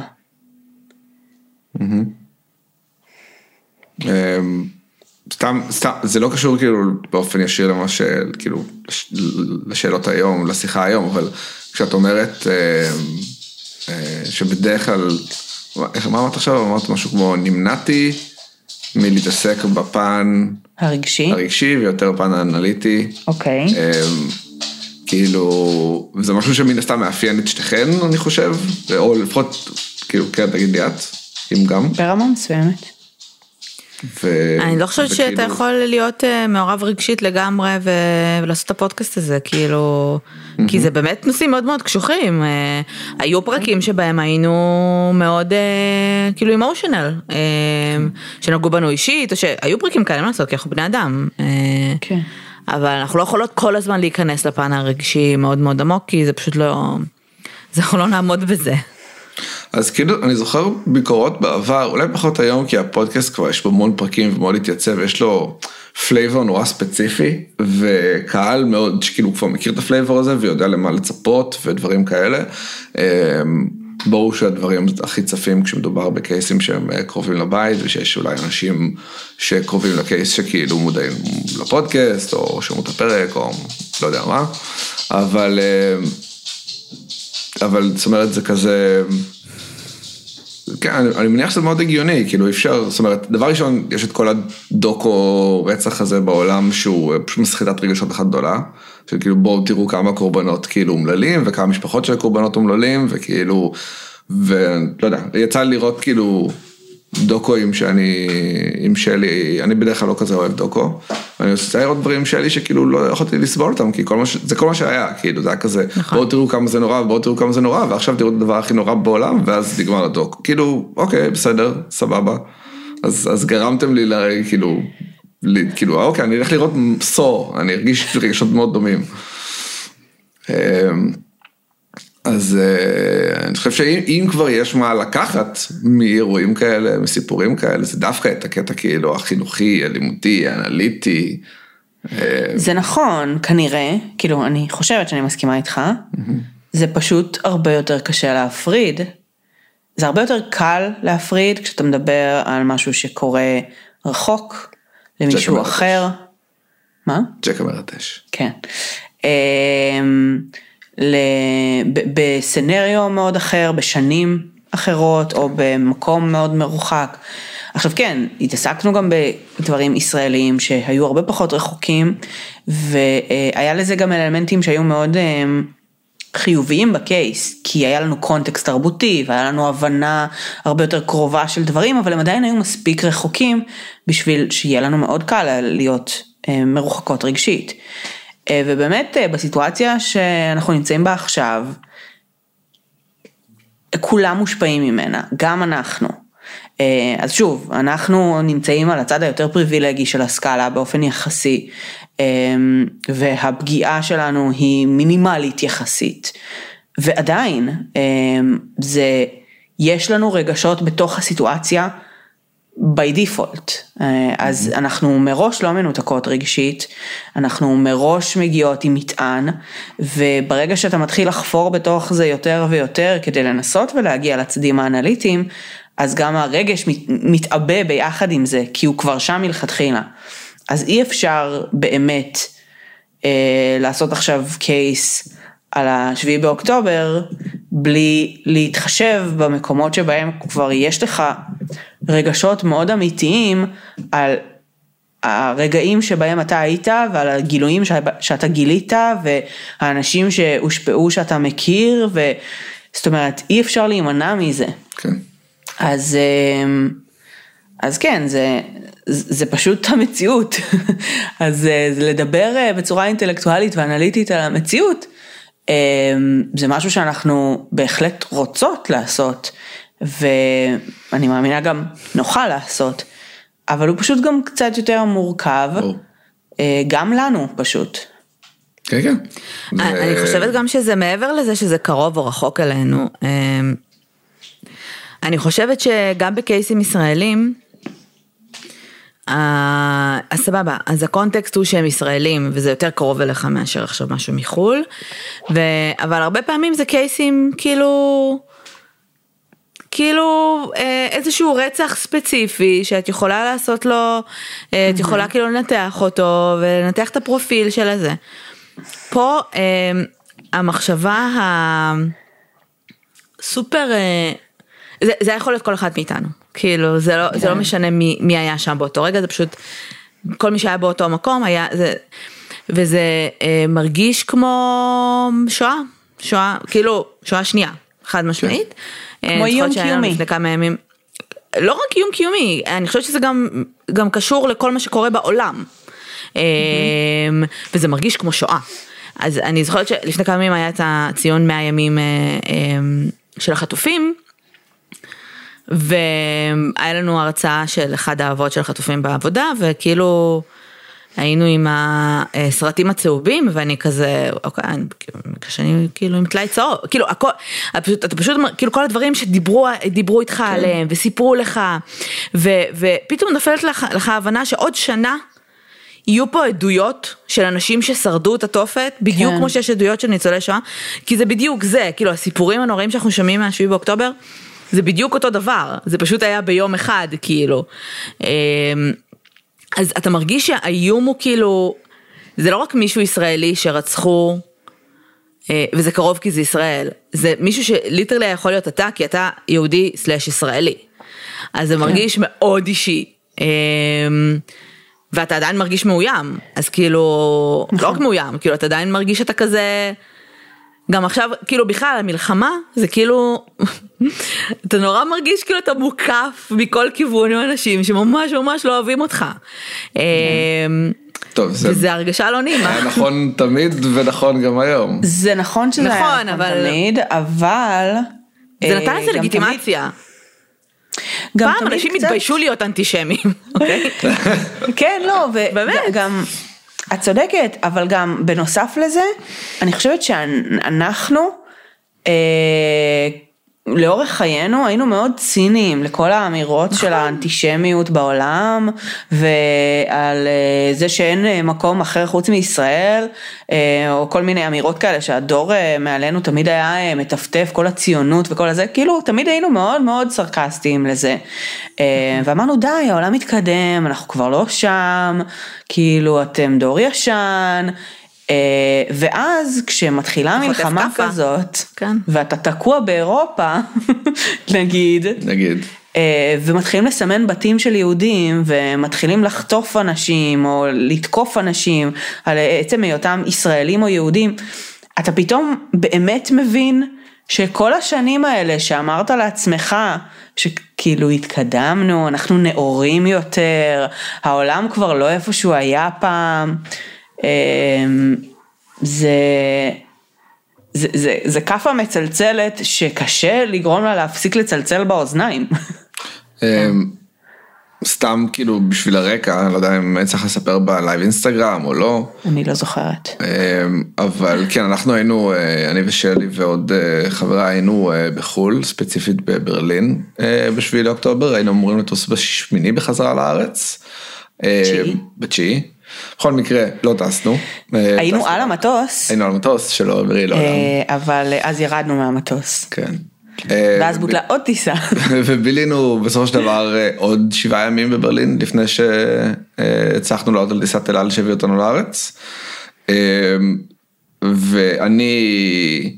סתם, סתם, זה לא קשור כאילו באופן ישיר למה של, כאילו, לשאלות היום, לשיחה היום, אבל כשאת אומרת שבדרך כלל, מה אמרת עכשיו? אמרת משהו כמו נמנעתי מלהתעסק בפן הרגשי, הרגשי ויותר פן האנליטי. אוקיי. כאילו, זה משהו שמן הסתם מאפיין את שתיכן, אני חושב, או לפחות, כאילו, כן, תגיד לי את, אם גם. ברמה מסוימת. אני לא חושבת שאתה יכול להיות מעורב רגשית לגמרי ולעשות את הפודקאסט הזה, כאילו, כי זה באמת נושאים מאוד מאוד קשוחים. היו פרקים שבהם היינו מאוד, כאילו, אמושיונל, שנגעו בנו אישית, או שהיו פרקים כאלה לעשות, כי אנחנו בני אדם. כן. אבל אנחנו לא יכולות כל הזמן להיכנס לפן הרגשי מאוד מאוד עמוק, כי זה פשוט לא, זה אנחנו לא נעמוד בזה. אז כאילו, אני זוכר ביקורות בעבר, אולי פחות היום, כי הפודקאסט כבר יש בו המון פרקים ומאוד התייצב, יש לו פלייבור נורא ספציפי, וקהל מאוד, שכאילו כבר מכיר את הפלייבור הזה, ויודע למה לצפות, ודברים כאלה. ברור שהדברים הכי צפים, כשמדובר בקייסים שהם קרובים לבית, ושיש אולי אנשים שקרובים לקייס, שכאילו מודעים לפודקאסט, או שמעו את הפרק, או לא יודע מה, אבל... אבל זאת אומרת זה כזה, כן, אני, אני מניח שזה מאוד הגיוני, כאילו אפשר, זאת אומרת, דבר ראשון, יש את כל הדוקו רצח הזה בעולם, שהוא פשוט מסחיטת רגשות אחת גדולה, שכאילו בואו תראו כמה קורבנות כאילו אומללים, וכמה משפחות של קורבנות אומללים, וכאילו, ולא יודע, יצא לי לראות כאילו דוקוים שאני, עם שלי, אני בדרך כלל לא כזה אוהב דוקו, ואני עושה לראות דברים שלי שכאילו לא יכולתי לסבול אותם, כי כל מה ש... זה כל מה שהיה, כאילו, זה היה כזה, נכון. בואו תראו כמה זה נורא, ובואו תראו כמה זה נורא, ועכשיו תראו את הדבר הכי נורא בעולם, ואז נגמר לדוק. כאילו, אוקיי, בסדר, סבבה. אז, אז גרמתם לי להרי, כאילו, לי, כאילו, אוקיי, אני אלך לראות סור, אני ארגיש רגשות מאוד דומים. אז אני חושב שאם כבר יש מה לקחת מאירועים כאלה, מסיפורים כאלה, זה דווקא את הקטע כאילו החינוכי, הלימודי, האנליטי. זה נכון, כנראה, כאילו אני חושבת שאני מסכימה איתך, זה פשוט הרבה יותר קשה להפריד, זה הרבה יותר קל להפריד, כשאתה מדבר על משהו שקורה רחוק, למישהו אחר. מה? ג'ק המרטש. כן. בסנריו מאוד אחר, בשנים אחרות, או במקום מאוד מרוחק. עכשיו כן, התעסקנו גם בדברים ישראליים שהיו הרבה פחות רחוקים, והיה לזה גם אלמנטים שהיו מאוד חיוביים בקייס, כי היה לנו קונטקסט תרבותי, והיה לנו הבנה הרבה יותר קרובה של דברים, אבל הם עדיין היו מספיק רחוקים, בשביל שיהיה לנו מאוד קל להיות מרוחקות רגשית. ובאמת בסיטואציה שאנחנו נמצאים בה עכשיו, כולם מושפעים ממנה, גם אנחנו. אז שוב, אנחנו נמצאים על הצד היותר פריבילגי של הסקאלה באופן יחסי, והפגיעה שלנו היא מינימלית יחסית, ועדיין זה, יש לנו רגשות בתוך הסיטואציה by default, אז אנחנו מראש לא מנותקות רגשית, אנחנו מראש מגיעות עם מטען, וברגע שאתה מתחיל לחפור בתוך זה יותר ויותר, כדי לנסות ולהגיע לצדים האנליטיים, אז גם הרגש מתאבא ביחד עם זה, כי הוא כבר שם מלכתחילה. אז אי אפשר באמת אה, לעשות עכשיו קייס על השביעי באוקטובר, בלי להתחשב במקומות שבהם כבר יש לך רגשות מאוד אמיתיים, על הרגעים שבהם אתה היית, ועל הגילויים שאתה גילית, והאנשים שהושפעו שאתה מכיר, זאת אומרת, אי אפשר להימנע מזה. כן. אז, אז כן, זה, זה פשוט המציאות. אז לדבר בצורה אינטלקטואלית ואנליטית על המציאות, זה משהו שאנחנו בהחלט רוצות לעשות, ואני מאמינה גם נוכל לעשות, אבל הוא פשוט גם קצת יותר מורכב, גם לנו פשוט. כן, כן. אני חושבת גם שזה מעבר לזה שזה קרוב או רחוק אלינו, אני חושבת שגם בקייסים ישראלים, אז סבבה, אז הקונטקסט הוא שהם ישראלים, וזה יותר קרוב אליך מאשר עכשיו משהו מחול, אבל הרבה פעמים זה קייסים כאילו, כאילו איזשהו רצח ספציפי, שאת יכולה לעשות לו, את יכולה כאילו לנתח אותו, ולנתח את הפרופיל של הזה. פה המחשבה הסופר, זה, זה יכול להיות כל אחד מאיתנו, כאילו זה לא, זה לא משנה מי, מי היה שם באותו רגע, זה פשוט, כל מי שהיה באותו מקום היה, זה, וזה אה, מרגיש כמו שואה, שואה, כאילו שואה שנייה, חד משמעית. כמו איום קיומי. לפני כמה ימים, לא רק איום קיומי, אני חושבת שזה גם, גם קשור לכל מה שקורה בעולם, mm-hmm. וזה מרגיש כמו שואה. אז אני זוכרת שלפני כמה ימים היה את הציון מאה ימים של החטופים, והיה לנו הרצאה של אחד האבות של החטופים בעבודה, וכאילו היינו עם הסרטים הצהובים, ואני כזה, אוקיי, כשאני כאילו עם תלאי צהוב, כאילו, הכל, אתה פשוט, כאילו כל הדברים שדיברו, דיברו איתך עליהם, וסיפרו לך, ופתאום נופלת לך ההבנה שעוד שנה, יהיו פה עדויות של אנשים ששרדו את התופת, בדיוק כמו שיש עדויות של ניצולי שואה, כי זה בדיוק זה, כאילו הסיפורים הנוראים שאנחנו שומעים מהשביעי באוקטובר, זה בדיוק אותו דבר, זה פשוט היה ביום אחד, כאילו. אז אתה מרגיש שהאיום הוא כאילו, זה לא רק מישהו ישראלי שרצחו, וזה קרוב כי זה ישראל, זה מישהו שליטרלי יכול להיות אתה, כי אתה יהודי סלש ישראלי. אז זה מרגיש מאוד אישי. ואתה עדיין מרגיש מאוים, אז כאילו, לא רק מאוים, כאילו אתה עדיין מרגיש שאתה כזה, גם עכשיו, כאילו בכלל, המלחמה, זה כאילו, אתה נורא מרגיש כאילו אתה מוקף מכל כיוון עם אנשים שממש ממש לא אוהבים אותך. טוב, וזה הרגשה לא נעימה. היה נכון תמיד ונכון גם היום. זה נכון שזה היה נכון תמיד, אבל... זה נתן לזה לגיטימציה. פעם אנשים מתביישו להיות אנטישמים. כן, לא, וגם... את צודקת, אבל גם בנוסף לזה, אני חושבת שאנחנו, אה, לאורך חיינו, היינו מאוד ציניים לכל האמירות של האנטישמיות בעולם, ועל אה, זה שאין מקום אחר חוץ מישראל, אה, או כל מיני אמירות כאלה, שהדור אה, מעלינו תמיד היה אה, מטפטף, כל הציונות וכל הזה, כאילו תמיד היינו מאוד מאוד סרקסטיים לזה, אה, ואמרנו די, העולם מתקדם, אנחנו כבר לא שם, כאילו אתם דור ישן, ואז כשמתחילה מלחמה כזאת, ואתה תקוע באירופה, נגיד, נגיד, ומתחילים לסמן בתים של יהודים, ומתחילים לחטוף אנשים, או לתקוף אנשים, על עצם היותם ישראלים או יהודים, אתה פתאום באמת מבין, שכל השנים האלה שאמרת לעצמך, שכאילו התקדמנו, אנחנו נאורים יותר, העולם כבר לא איפה שהוא היה פעם, זה, זה, זה, זה כפה מצלצלת שקשה לגרום לה להפסיק לצלצל באוזניים. סתם כאילו בשביל הרקע, אני לא יודע אם צריך לספר בלייב אינסטגרם או לא. אני לא זוכרת. אבל כן, אנחנו היינו, אני ושלי ועוד חברה היינו בחול, ספציפית בברלין, בשביעי לאוקטובר, היינו אמורים לטוס בשמיני בחזרה לארץ. תשיעי? בתשיעי. בכל מקרה, לא טסנו. היינו על המטוס. היינו על המטוס, שלא עברי לעולם. אבל אז ירדנו מהמטוס. כן. ואז בוטלה עוד טיסה. ובילינו בסופו של דבר עוד שבעה ימים בברלין, לפני שהצלחנו לעלות על טיסת אל על שהביא אותנו לארץ. ואני,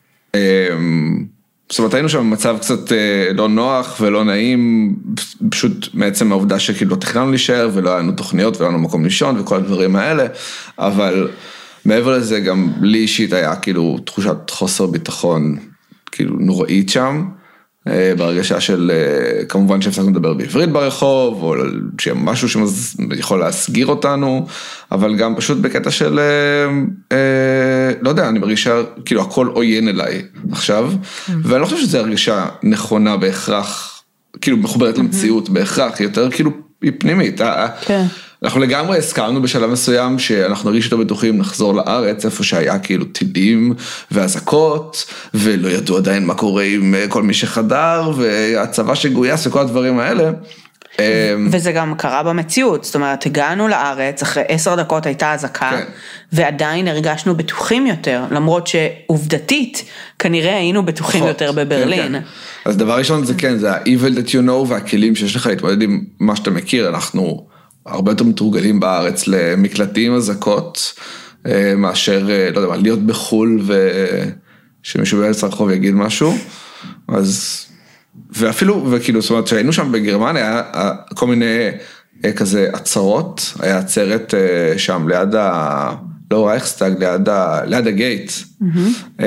זאת אומרת, היינו שם במצב קצת לא נוח ולא נעים, פשוט מעצם העובדה שכאילו לא תכננו להישאר, ולא היה לנו תוכניות ולא היה לנו מקום לישון וכל הדברים האלה, אבל מעבר לזה גם לי אישית היה כאילו תחושת חוסר ביטחון, כאילו נוראית שם, בהרגשה של, כמובן שהפסקנו לדבר בעברית ברחוב, או משהו שיכול להסגיר אותנו, אבל גם פשוט בקטע של, לא יודע, אני מרגישה, כאילו הכל עוין אליי עכשיו, ואני לא חושב שזו הרגישה נכונה בהכרח, כאילו מחוברת למציאות בהכרח, יותר כאילו היא פנימית. כן. אנחנו לגמרי הזכרנו בשלב מסוים שאנחנו נרגיש יותר בטוחים נחזור לארץ, איפה שהיה כאילו טילים והזקות, ולא ידעו עדיין מה קורה עם כל מי שחדר, והצבא שגויס וכל הדברים האלה. וזה גם קרה במציאות, זאת אומרת, הגענו לארץ, אחרי עשר דקות הייתה הזקה, כן. ועדיין הרגשנו בטוחים יותר, למרות שעובדתית, כנראה היינו בטוחים פחות, יותר בברלין. כן, כן. אז דבר ראשון זה כן, זה ה-evil that you know, והכלים שיש לך להתמודד עם מה שאתה מכיר, אנחנו הרבה יותר מתורגלים בארץ למקלטים הזקות, מאשר, לא יודע, להיות בחול ושמישהו בארץ הרחוב יגיד משהו, אז, ואפילו, וכאילו, זאת אומרת, שהיינו שם בגרמניה, היה כל מיני כזה עצרות, היה עצרת שם ליד ה... לא רייכסטאג, ליד, ה, ליד הגייט, mm-hmm.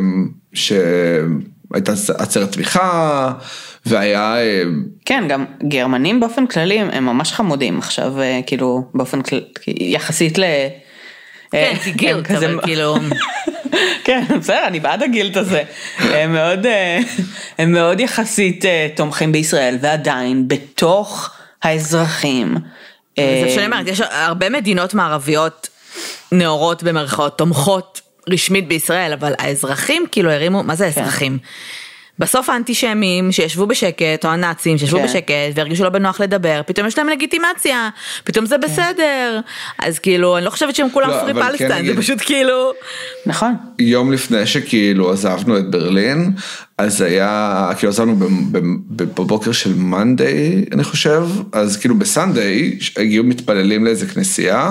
שהייתה עצרת תמיכה, והיה... כן, גם גרמנים באופן כללי הם ממש חמודים עכשיו, כאילו, באופן כללי, יחסית ל... כן, כי גילט, אבל כאילו... כן, בסדר, אני בעד הגילט הזה. הם מאוד, הם מאוד יחסית תומכים בישראל, ועדיין בתוך האזרחים. זה שאני אומרת, יש הרבה מדינות מערביות נאורות במרכאות, תומכות רשמית בישראל, אבל האזרחים כאילו הרימו, מה זה האזרחים? בסוף האנטישמים שישבו בשקט, או הנאצים שישבו בשקט, והרגישו לא בנוח לדבר, פתאום יש להם לגיטימציה, פתאום זה בסדר, אז כאילו, אני לא חושבת שהם כולם פרי פלסטיין, זה פשוט כאילו... נכון. יום לפני שכאילו עזבנו את ברלין, אז היה, כאילו עזבנו בבוקר של מנדי, אני חושב, אז כאילו בסנדי, הגיעו מתפללים לאיזה כנסייה,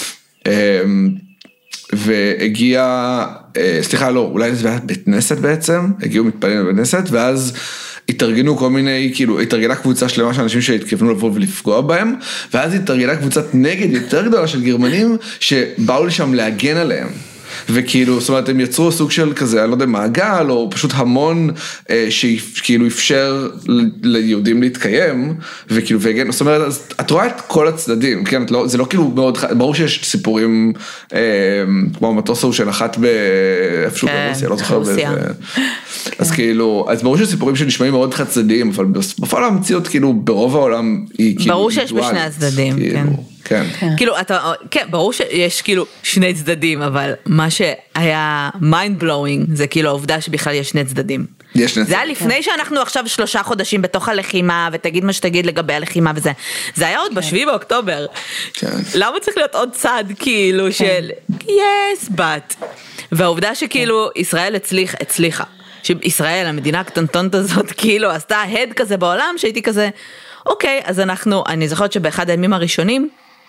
והגיע, סליחה, לא, אולי זה היה בית כנסת בעצם, הגיעו מתפללים לבית כנסת, ואז התארגנו כל מיני, כאילו, התארגנה קבוצה שלמה של אנשים שהתכוונו לבוא ולפגוע בהם, ואז התארגנה קבוצת נגד יותר גדולה של גרמנים, שבאו לשם להגן עליהם. וכאילו, זאת אומרת, הם יצרו סוג של כזה, אני לא יודע, מעגל, או פשוט המון אה, שכאילו אפשר ליהודים להתקיים, וכאילו, והגן, זאת אומרת, אז את רואה את כל הצדדים, כן? לא, זה לא כאילו מאוד, ברור שיש סיפורים, אה, כמו המטוס הוא שנחת באיפשהו כן, ברוסיה, לא זוכר באיזה... אז כאילו, אז ברור שיש סיפורים שנשמעים מאוד חד צדדים, אבל בפועל המציאות, כאילו, ברוב העולם היא כאילו... ברור שיש בשני הצדדים, כן. כן. כאילו, אתה, כן, ברור שיש כאילו שני צדדים, אבל מה שהיה mind blowing, זה כאילו העובדה שבכלל יש שני צדדים. יש שני צדדים. זה היה לפני שאנחנו עכשיו שלושה חודשים בתוך הלחימה, ותגיד מה שתגיד לגבי הלחימה וזה. זה היה עוד בשביעי באוקטובר. כן. למה צריך להיות עוד צד, כאילו, של yes, but. והעובדה שכאילו ישראל הצליח, הצליחה. שישראל, המדינה הקטנטונת הזאת, כאילו, עשתה הד כזה בעולם, שהייתי כזה, אוקיי, אז אנחנו, אני זוכרת שבאחד הימים הראשונים,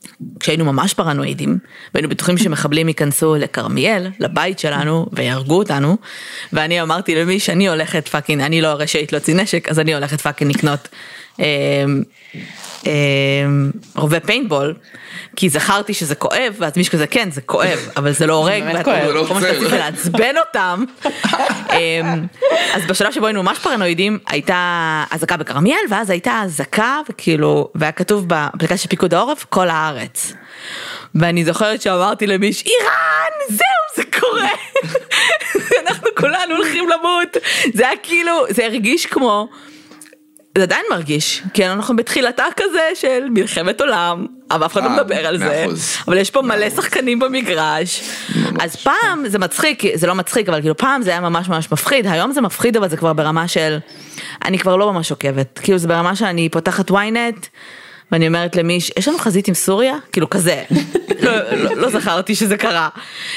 כשהיינו ממש פרנואידים, והיינו בטוחים שמחבלים ייכנסו לקרמיאל, לבית שלנו, ויהרגו אותנו, ואני אמרתי למי שאני הולכת פאקינג, אני לא רשאית להוציא נשק, אז אני הולכת פאקינג לקנות אה, אה, רובה פיינטבול, כי זכרתי שזה כואב, ואז מישהו כזה, כן, זה כואב, אבל זה לא הורג, וכל מה שתעשי זה לעצבן אותם. אז בשלב שבו היינו ממש פרנואידים, הייתה אזעקה בקרמיאל, ואז הייתה אזעקה, וכאילו, והיה כתוב באפליקציה של פיקוד העורף, כל הארץ. ואני זוכרת שאמרתי למיש, איראן, זהו, זה קורה. אנחנו כולנו הולכים למות. זה היה כאילו, זה הרגיש כמו, זה עדיין מרגיש, כי אנחנו בתחילתה כזה של מלחמת עולם, אבל אף אחד לא מדבר על זה, אבל יש פה מלא שחקנים במגרש, אז פעם זה מצחיק, זה לא מצחיק, אבל כאילו פעם זה היה ממש ממש מפחיד, היום זה מפחיד, אבל זה כבר ברמה של, אני כבר לא ממש עוקבת, כאילו זה ברמה שאני פותחת וויינט, ואני אומרת למיש, יש לנו חזית עם סוריה? כאילו כזה, לא זכרתי שזה קרה.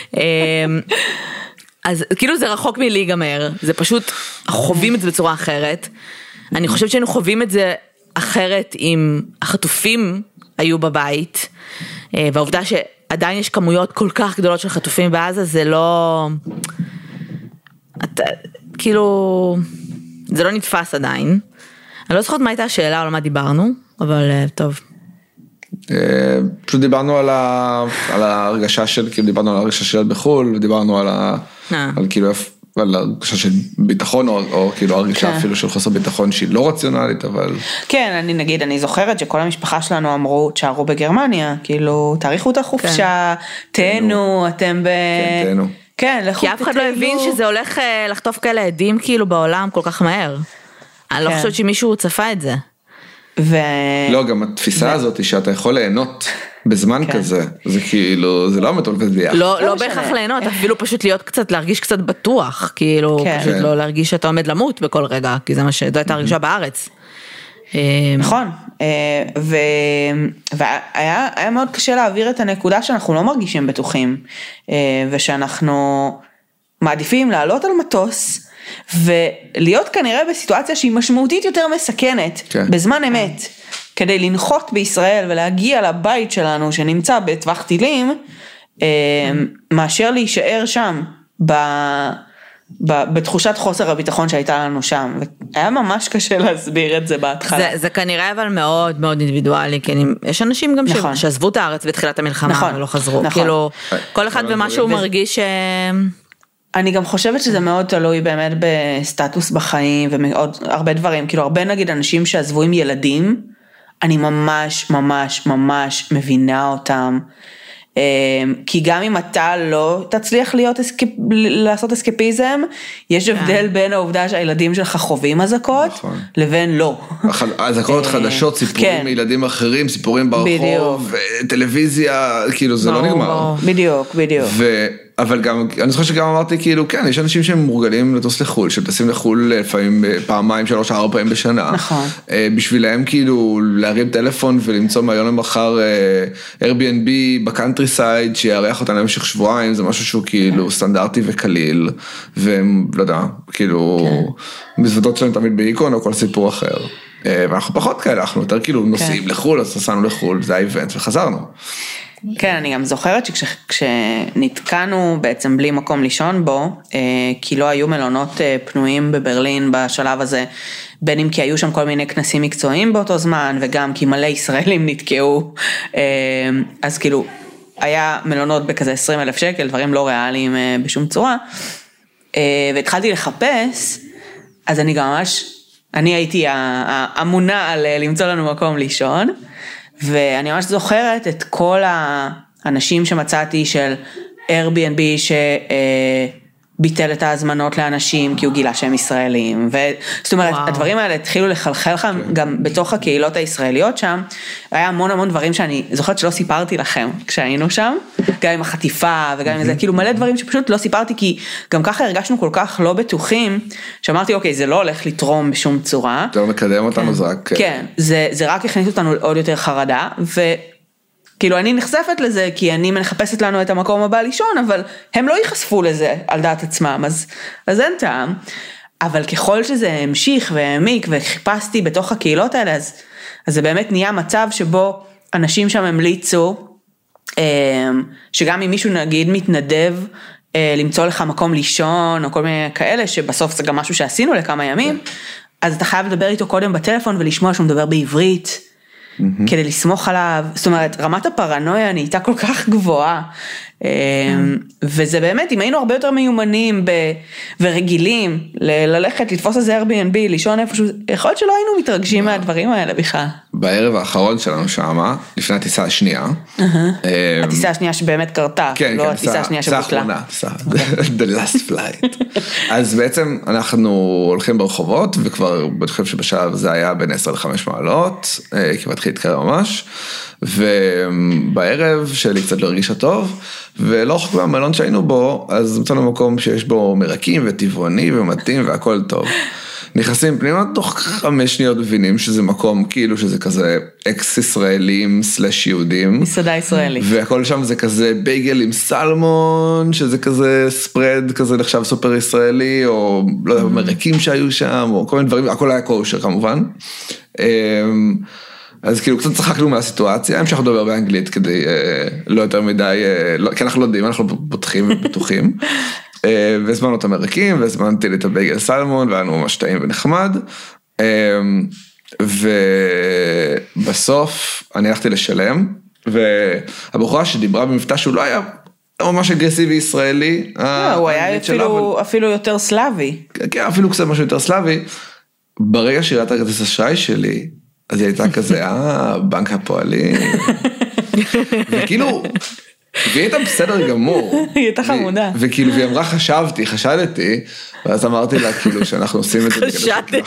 אז כאילו זה רחוק מלהיגמר, זה פשוט, חווים את זה בצורה אחרת, אני חושבת שהיינו חווים את זה אחרת אם החטופים היו בבית, והעובדה שעדיין יש כמויות כל כך גדולות של חטופים בעזה, זה לא, אתה, כאילו, זה לא נתפס עדיין. אני לא זוכרת מה הייתה השאלה או על מה דיברנו, אבל טוב. פשוט דיברנו על ההרגשה של, כאילו דיברנו על ההרגשה של בחול, ודיברנו על כאילו על הרגשה של ביטחון, או, או כאילו הרגשה אפילו של חוסר ביטחון שהיא לא רציונלית, אבל... כן, אני נגיד, אני זוכרת שכל המשפחה שלנו אמרו, תשארו בגרמניה, כאילו, תאריכו את החופשה, תהנו, אתם ב... כן, תהנו. כן, לכו תתהנו. כי אף אחד לא הבין שזה הולך לחטוף כאלה עדים כאילו בעולם כל כך מהר. אני לא חושבת שמישהו צפה את זה. ו... לא, גם התפיסה הזאת היא שאתה יכול ליהנות בזמן כזה, זה כאילו, זה לא מתולבט ביחד. לא בהכרח ליהנות, אפילו פשוט להיות קצת, להרגיש קצת בטוח, כאילו, פשוט לא להרגיש שאתה עומד למות בכל רגע, כי זה מה שזו הייתה הרגישה בארץ. נכון, והיה מאוד קשה להעביר את הנקודה שאנחנו לא מרגישים בטוחים, ושאנחנו מעדיפים לעלות על מטוס, ולהיות כנראה בסיטואציה שהיא משמעותית יותר מסכנת, כן. בזמן אמת, כדי לנחות בישראל ולהגיע לבית שלנו שנמצא בטווח טילים, מאשר להישאר שם ב, ב, בתחושת חוסר הביטחון שהייתה לנו שם, והיה ממש קשה להסביר את זה בהתחלה. זה, זה כנראה אבל מאוד מאוד אינדיבידואלי, כי יש אנשים גם נכון. שעזבו את הארץ בתחילת המלחמה נכון. ולא חזרו, נכון. כאילו כל אחד ומה שהוא מרגיש ש... אני גם חושבת שזה מאוד תלוי באמת בסטטוס בחיים ומאוד הרבה דברים, כאילו הרבה נגיד אנשים שעזבו עם ילדים, אני ממש ממש ממש מבינה אותם, כי גם אם אתה לא תצליח להיות אסקפ... לעשות אסקפיזם, יש הבדל בין העובדה שהילדים שלך חווים אזעקות, לבין לא. אזעקות חדשות, סיפורים מילדים אחרים, סיפורים ברחוב, טלוויזיה, כאילו זה לא נגמר. בדיוק, בדיוק. אבל גם, אני זוכר שגם אמרתי כאילו, כן, יש אנשים שהם מורגלים לטוס לחול, שטסים לחול לפעמים פעמיים, שלוש, ארבע פעמים בשנה. נכון. בשבילהם כאילו להרים טלפון ולמצוא מהיום למחר Airbnb בקאנטרי סייד, שיארח אותנו במשך שבועיים, זה משהו שהוא כאילו סטנדרטי וקליל, ולא יודע, כאילו, מזוודות שלהם תמיד באיקון או כל סיפור אחר. ואנחנו פחות כאלה, אנחנו יותר כאילו נוסעים לחול, אז נסענו לחול, זה האיבנט וחזרנו. כן, אני גם זוכרת שכשנתקענו בעצם בלי מקום לישון בו, כי לא היו מלונות פנויים בברלין בשלב הזה, בין אם כי היו שם כל מיני כנסים מקצועיים באותו זמן, וגם כי מלא ישראלים נתקעו, אז כאילו היה מלונות בכזה עשרים אלף שקל, דברים לא ריאליים בשום צורה, והתחלתי לחפש, אז אני גם ממש, אני הייתי האמונה על למצוא לנו מקום לישון, ואני ממש זוכרת את כל האנשים שמצאתי של Airbnb שביטל את ההזמנות לאנשים כי הוא גילה שהם ישראלים, זאת אומרת וואו. הדברים האלה התחילו לחלחל לכם כן. גם בתוך הקהילות הישראליות שם, היה המון המון דברים שאני זוכרת שלא סיפרתי לכם כשהיינו שם, גם עם החטיפה וגם עם זה, כאילו מלא דברים שפשוט לא סיפרתי, כי גם ככה הרגשנו כל כך לא בטוחים, שאמרתי אוקיי זה לא הולך לתרום בשום צורה. זה לא מקדם אותנו, זה רק... כן, זה, זה רק הכניס אותנו עוד יותר חרדה, וכאילו אני נחשפת לזה, כי אני מחפשת לנו את המקום הבא לישון, אבל הם לא ייחשפו לזה על דעת עצמם, אז, אז אין טעם. אבל ככל שזה המשיך והעמיק, וחיפשתי בתוך הקהילות האלה, אז, אז זה באמת נהיה מצב שבו אנשים שם המליצו, שגם אם מישהו נגיד מתנדב, למצוא לך מקום לישון, או כל מיני כאלה, שבסוף זה גם משהו שעשינו לכמה ימים, אז אתה חייב לדבר איתו קודם בטלפון, ולשמוע שהוא מדבר בעברית, כדי לסמוך עליו, זאת אומרת, רמת הפרנויה נהייתה כל כך גבוהה, וזה באמת, אם היינו הרבה יותר מיומנים ורגילים, ללכת, לתפוס איזה Airbnb, לישון איפשהו, יכול להיות שלא היינו מתרגשים מהדברים האלה בכלל. בערב האחרון שלנו שמה, לפני הטיסה השנייה. הטיסה השנייה שבאמת קרתה, לא הטיסה השנייה שבוטלה. טיסה האחרונה, the last flight. אז בעצם אנחנו הולכים ברחובות, וכבר אני חושב שבשלב זה היה בין עשר לחמש מעלות, כמעט להתקרב ממש, ובערב שלי קצת לא הרגישה טוב, ולא רחוק מהמלון שהיינו בו, אז מצאנו מקום שיש בו מרקים וטבעוני ומתאים והכל טוב. נכנסים פנימה, תוך חמש שניות מבינים שזה מקום כאילו שזה כזה אקס ישראלים סלש יהודים. מסעדה ישראלית. והכל שם זה כזה בייגל עם סלמון, שזה כזה ספרד כזה נחשב סופר ישראלי, או לא יודע, מרקים שהיו שם, או כל מיני דברים, הכל היה קושר כמובן. אז כאילו קצת צחקנו מהסיטואציה, המשכנו לדבר באנגלית כדי לא יותר מדי, כי אנחנו לא יודעים, אנחנו פותחים ובטוחים. והזמנו את המרקים, והזמנתי לי את הבייגל סלמון, והיה לנו ממש טעים ונחמד, ובסוף אני הלכתי לשלם, והבחורה שדיברה במבטא שהוא לא היה ממש אגרסיבי ישראלי, הוא היה אפילו יותר סלאבי. כן, אפילו קצת משהו יותר סלאבי, ברגע שירת הכרטיס אשראי שלי, אז היא הייתה כזה, אה, בנק הפועלים, וכאילו, והיא הייתה בסדר גמור. היא הייתה חמודה. וכאילו, והיא אמרה, חשבתי, חשדתי, ואז אמרתי לה, כאילו, שאנחנו עושים את זה. חשדתי.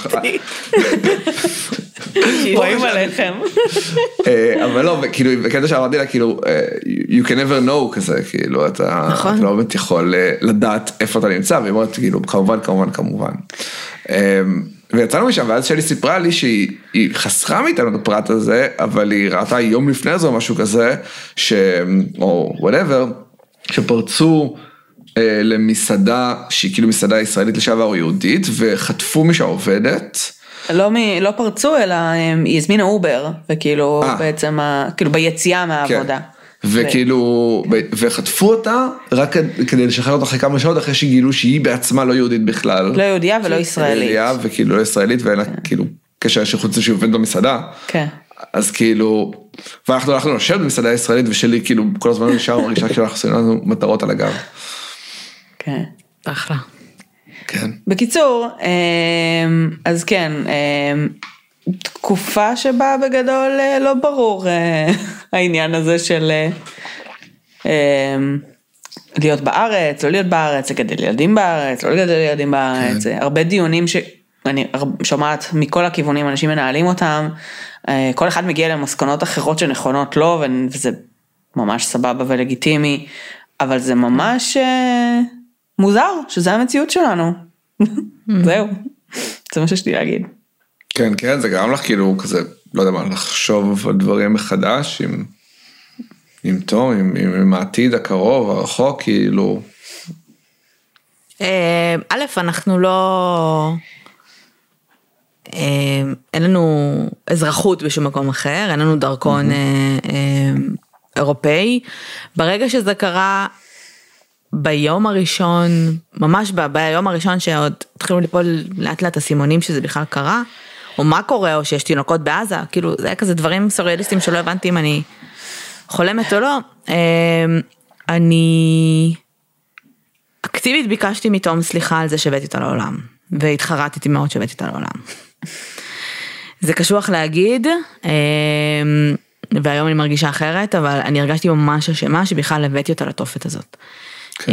רואים עליכם. אבל לא, כאילו, בקטע שאמרתי לה, כאילו, you can never know כזה, כאילו, אתה לא באמת יכול לדעת איפה אתה נמצא, והיא אומרת, כאילו, כמובן, כמובן, כמובן. ויצאנו משם, ואז שלי סיפרה לי שהיא חסכה מאיתנו את הפרט הזה, אבל היא ראתה יום לפני זה או משהו כזה, ש... או whatever, שפרצו אה, למסעדה, שהיא כאילו מסעדה ישראלית לשעבר או יהודית, וחטפו מי שהעובדת. לא, מ... לא פרצו, אלא היא הזמינה אובר, וכאילו 아. בעצם, ה... כאילו ביציאה מהעבודה. כן. וכאילו, וחטפו אותה, רק כדי לשחרר אותה אחרי כמה שעות, אחרי שגילו שהיא בעצמה לא יהודית בכלל. לא יהודיה ולא ישראלית. יהודיה וכאילו לא ישראלית, ואין לה כאילו קשר שחוץ שהיא עובדת במסעדה. כן. אז כאילו, ואנחנו הלכנו לשבת במסעדה ישראלית, ושלי כאילו כל הזמן נשאר מרגישה כאילו אנחנו עושים לנו מטרות על הגב. כן. אחלה. כן. בקיצור, אז כן, תקופה שבה בגדול לא ברור העניין הזה של להיות בארץ, לא להיות בארץ, לגדל ילדים בארץ, לא לגדל ילדים בארץ, הרבה דיונים שאני שומעת מכל הכיוונים, אנשים מנהלים אותם, כל אחד מגיע למסקנות אחרות שנכונות לו, וזה ממש סבבה ולגיטימי, אבל זה ממש מוזר, שזה המציאות שלנו. זהו, זה מה שיש לי להגיד. כן, כן, זה גם לך כאילו כזה, לא יודע מה, לחשוב על דברים מחדש, עם, עם תום, עם, עם, עם העתיד הקרוב, הרחוק, כאילו. א', אנחנו לא, אין לנו אזרחות בשום מקום אחר, אין לנו דרכון אירופאי. ברגע שזה קרה, ביום הראשון, ממש ביום הראשון שעוד התחילו ליפול לאט לאט הסימונים שזה בכלל קרה, או מה קורה, או שיש תינוקות בעזה, כאילו זה היה כזה דברים סוריאליסטיים שלא הבנתי אם אני חולמת או לא. אני אקטיבית ביקשתי מתום סליחה על זה שהבאתי אותה לעולם, והתחרטתי מאוד שהבאתי אותה לעולם. זה קשוח להגיד, והיום אני מרגישה אחרת, אבל אני הרגשתי ממש אשמה שבכלל הבאתי אותה לתופת הזאת. כן.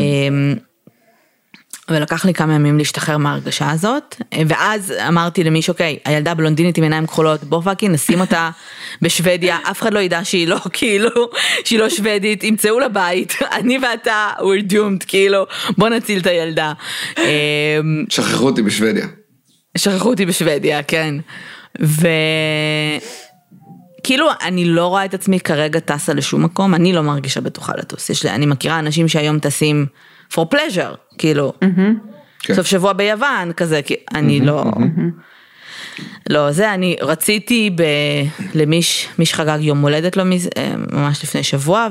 ולקח לי כמה ימים להשתחרר מההרגשה הזאת, ואז אמרתי למישהו, אוקיי, הילדה בלונדינית עם עיניים כחולות, בוא פאקי, נשים אותה בשוודיה, אף אחד לא ידע שהיא לא, כאילו, שהיא לא שוודית, ימצאו לבית, אני ואתה, we're doomed, כאילו, בוא נציל את הילדה. שכחו אותי בשוודיה. שכחו אותי בשוודיה, כן. וכאילו, אני לא רואה את עצמי כרגע טסה לשום מקום, אני לא מרגישה בטוחה לטוס. יש לי, אני מכירה אנשים שהיום טסים for pleasure, כאילו, סוף שבוע ביוון, כזה, כי אני לא, לא, זה אני רציתי ב... למיש, מיש חגג יום הולדת לו ממש לפני שבוע,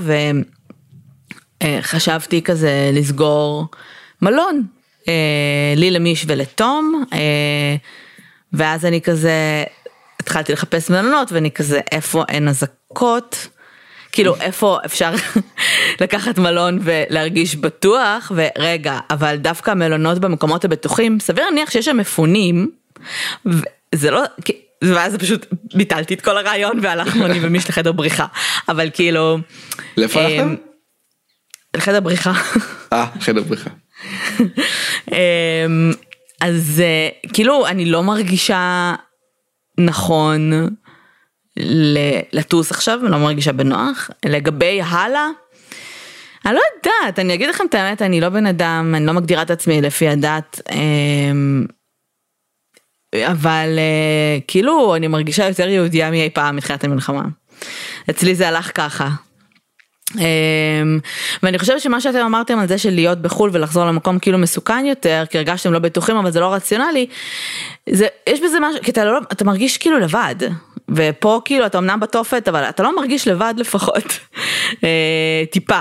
וחשבתי כזה לסגור מלון, לי למיש ולתום, ואז אני כזה, התחלתי לחפש מלונות, ואני כזה, איפה אין הזקות, כאילו איפה אפשר לקחת מלון ולהרגיש בטוח, ורגע, אבל דווקא המלונות במקומות הבטוחים, סביר להניח שיש שם מפונים, וזה לא, ואז זה פשוט ביטלתי את כל הרעיון, והלכנו אני ומיש לחדר בריחה, אבל כאילו... לאיפה הלכתם? לחדר בריחה. אה, חדר בריחה. אז כאילו אני לא מרגישה נכון לטוס עכשיו, אני לא מרגישה בנוח, לגבי הלאה, אני לא יודעת, אני אגיד לכם את האמת, אני לא בן אדם, אני לא מגדירה את עצמי לפי הדת, אבל כאילו אני מרגישה יותר יהודיה מאי פעם מתחילת המלחמה, אצלי זה הלך ככה, ואני חושבת שמה שאתם אמרתם על זה של להיות בחול ולחזור למקום כאילו מסוכן יותר, כי הרגשתם לא בטוחים אבל זה לא רציונלי, זה, יש בזה משהו, כי אתה, לא, אתה מרגיש כאילו לבד, ופה כאילו אתה אמנם בתופת אבל אתה לא מרגיש לבד לפחות, טיפה,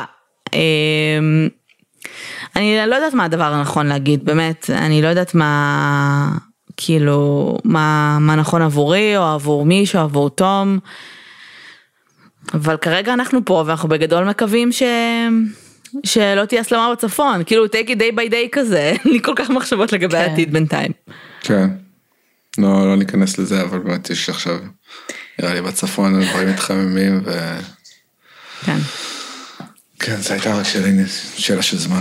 אני לא יודעת מה הדבר הנכון להגיד, באמת, אני לא יודעת מה, כאילו, מה, מה נכון עבורי או עבור מישהו, עבור תום, אבל כרגע אנחנו פה, ואנחנו בגדול מקווים ש... שלא תהיה הסלמה בצפון, כאילו take it day by day כזה, אין לי כל כך מחשבות לגבי העתיד בינתיים. כן, לא, לא ניכנס לזה, אבל באמת יש עכשיו, נראה לי בצפון, דברים מתחממים, ו... כן. כן, זה הייתה רק שאלה של זמן.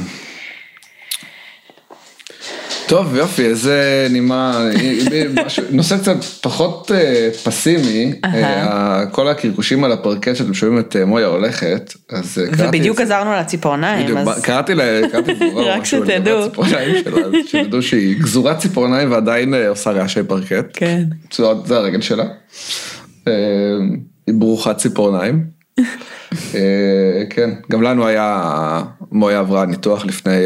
טוב, יופי, איזה נימה, נושא קצת פחות פסימי, כל הקרקושים על הפרקט שאתם שומעים את מויה הולכת, אז קראתי... ובדיוק עזרנו לציפורניים, אז... קראתי לה, קראתי גזורה, רק שתדעו. שתדעו שהיא גזורת ציפורניים ועדיין עושה רעשי פרקט. כן. זה הרגל שלה. היא ברוכת ציפורניים. כן, גם לנו היה, מויה עברה ניתוח לפני...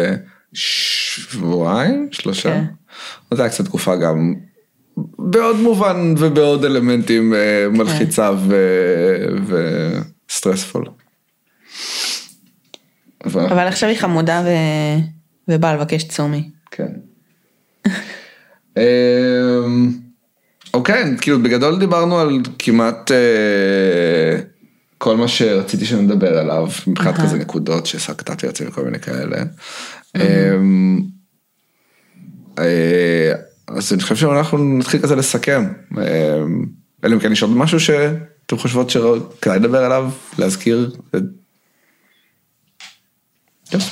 שבועיים, שלושה, זה היה קצת תקופה גם בעוד מובן ובעוד אלמנטים מלחיצה וסטרספול. אבל עכשיו היא חמודה ובאה לבקש צומי. כן. אוקיי, כאילו בגדול דיברנו על כמעט כל מה שרציתי שנדבר עליו, מבחינת כזה נקודות שסקטתי יוצאים וכל מיני כאלה. אז אני חושב שאנחנו נתחיל כזה לסכם, אלא אם כן יש עוד משהו שאתם חושבות שכדאי לדבר עליו, להזכיר. יופי.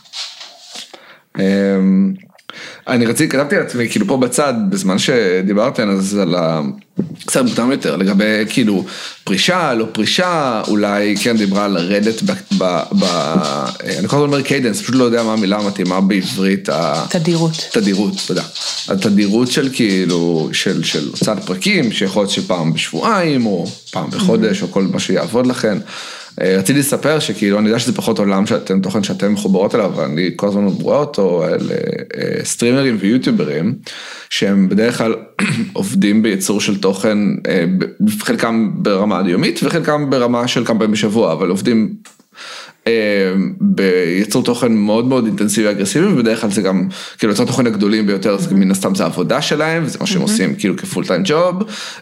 אני רציתי, כתבתי לעצמי, כאילו פה בצד, בזמן שדיברתן, אז על ה... קצת מוקדם יותר, לגבי כאילו פרישה, לא פרישה, אולי כן דיברה על לרדת ב... ב, ב אני כל הזמן אומר קיידנס, פשוט לא יודע מה המילה המתאימה בעברית. תדירות. תדירות, תודה. התדירות של כאילו, של, של הוצאת פרקים, שיכול להיות שפעם בשבועיים, או פעם בחודש, או כל מה שיעבוד לכן. רציתי לספר שכאילו, אני יודע שזה פחות עולם שאתם, תוכן שאתם מחוברות אליו, ואני כל הזמן רואה אותו על סטרימרים ויוטיוברים, שהם בדרך כלל עובדים בייצור של תוכן, חלקם ברמה יומית, וחלקם ברמה של כמה פעמים בשבוע, אבל עובדים בייצור תוכן מאוד מאוד אינטנסיבי ואגרסיבי, ובדרך כלל זה גם, כאילו, יצור תוכן הגדולים ביותר, אז מן הסתם זה העבודה שלהם, וזה מה שהם עושים כאילו כפול טיים ג'וב,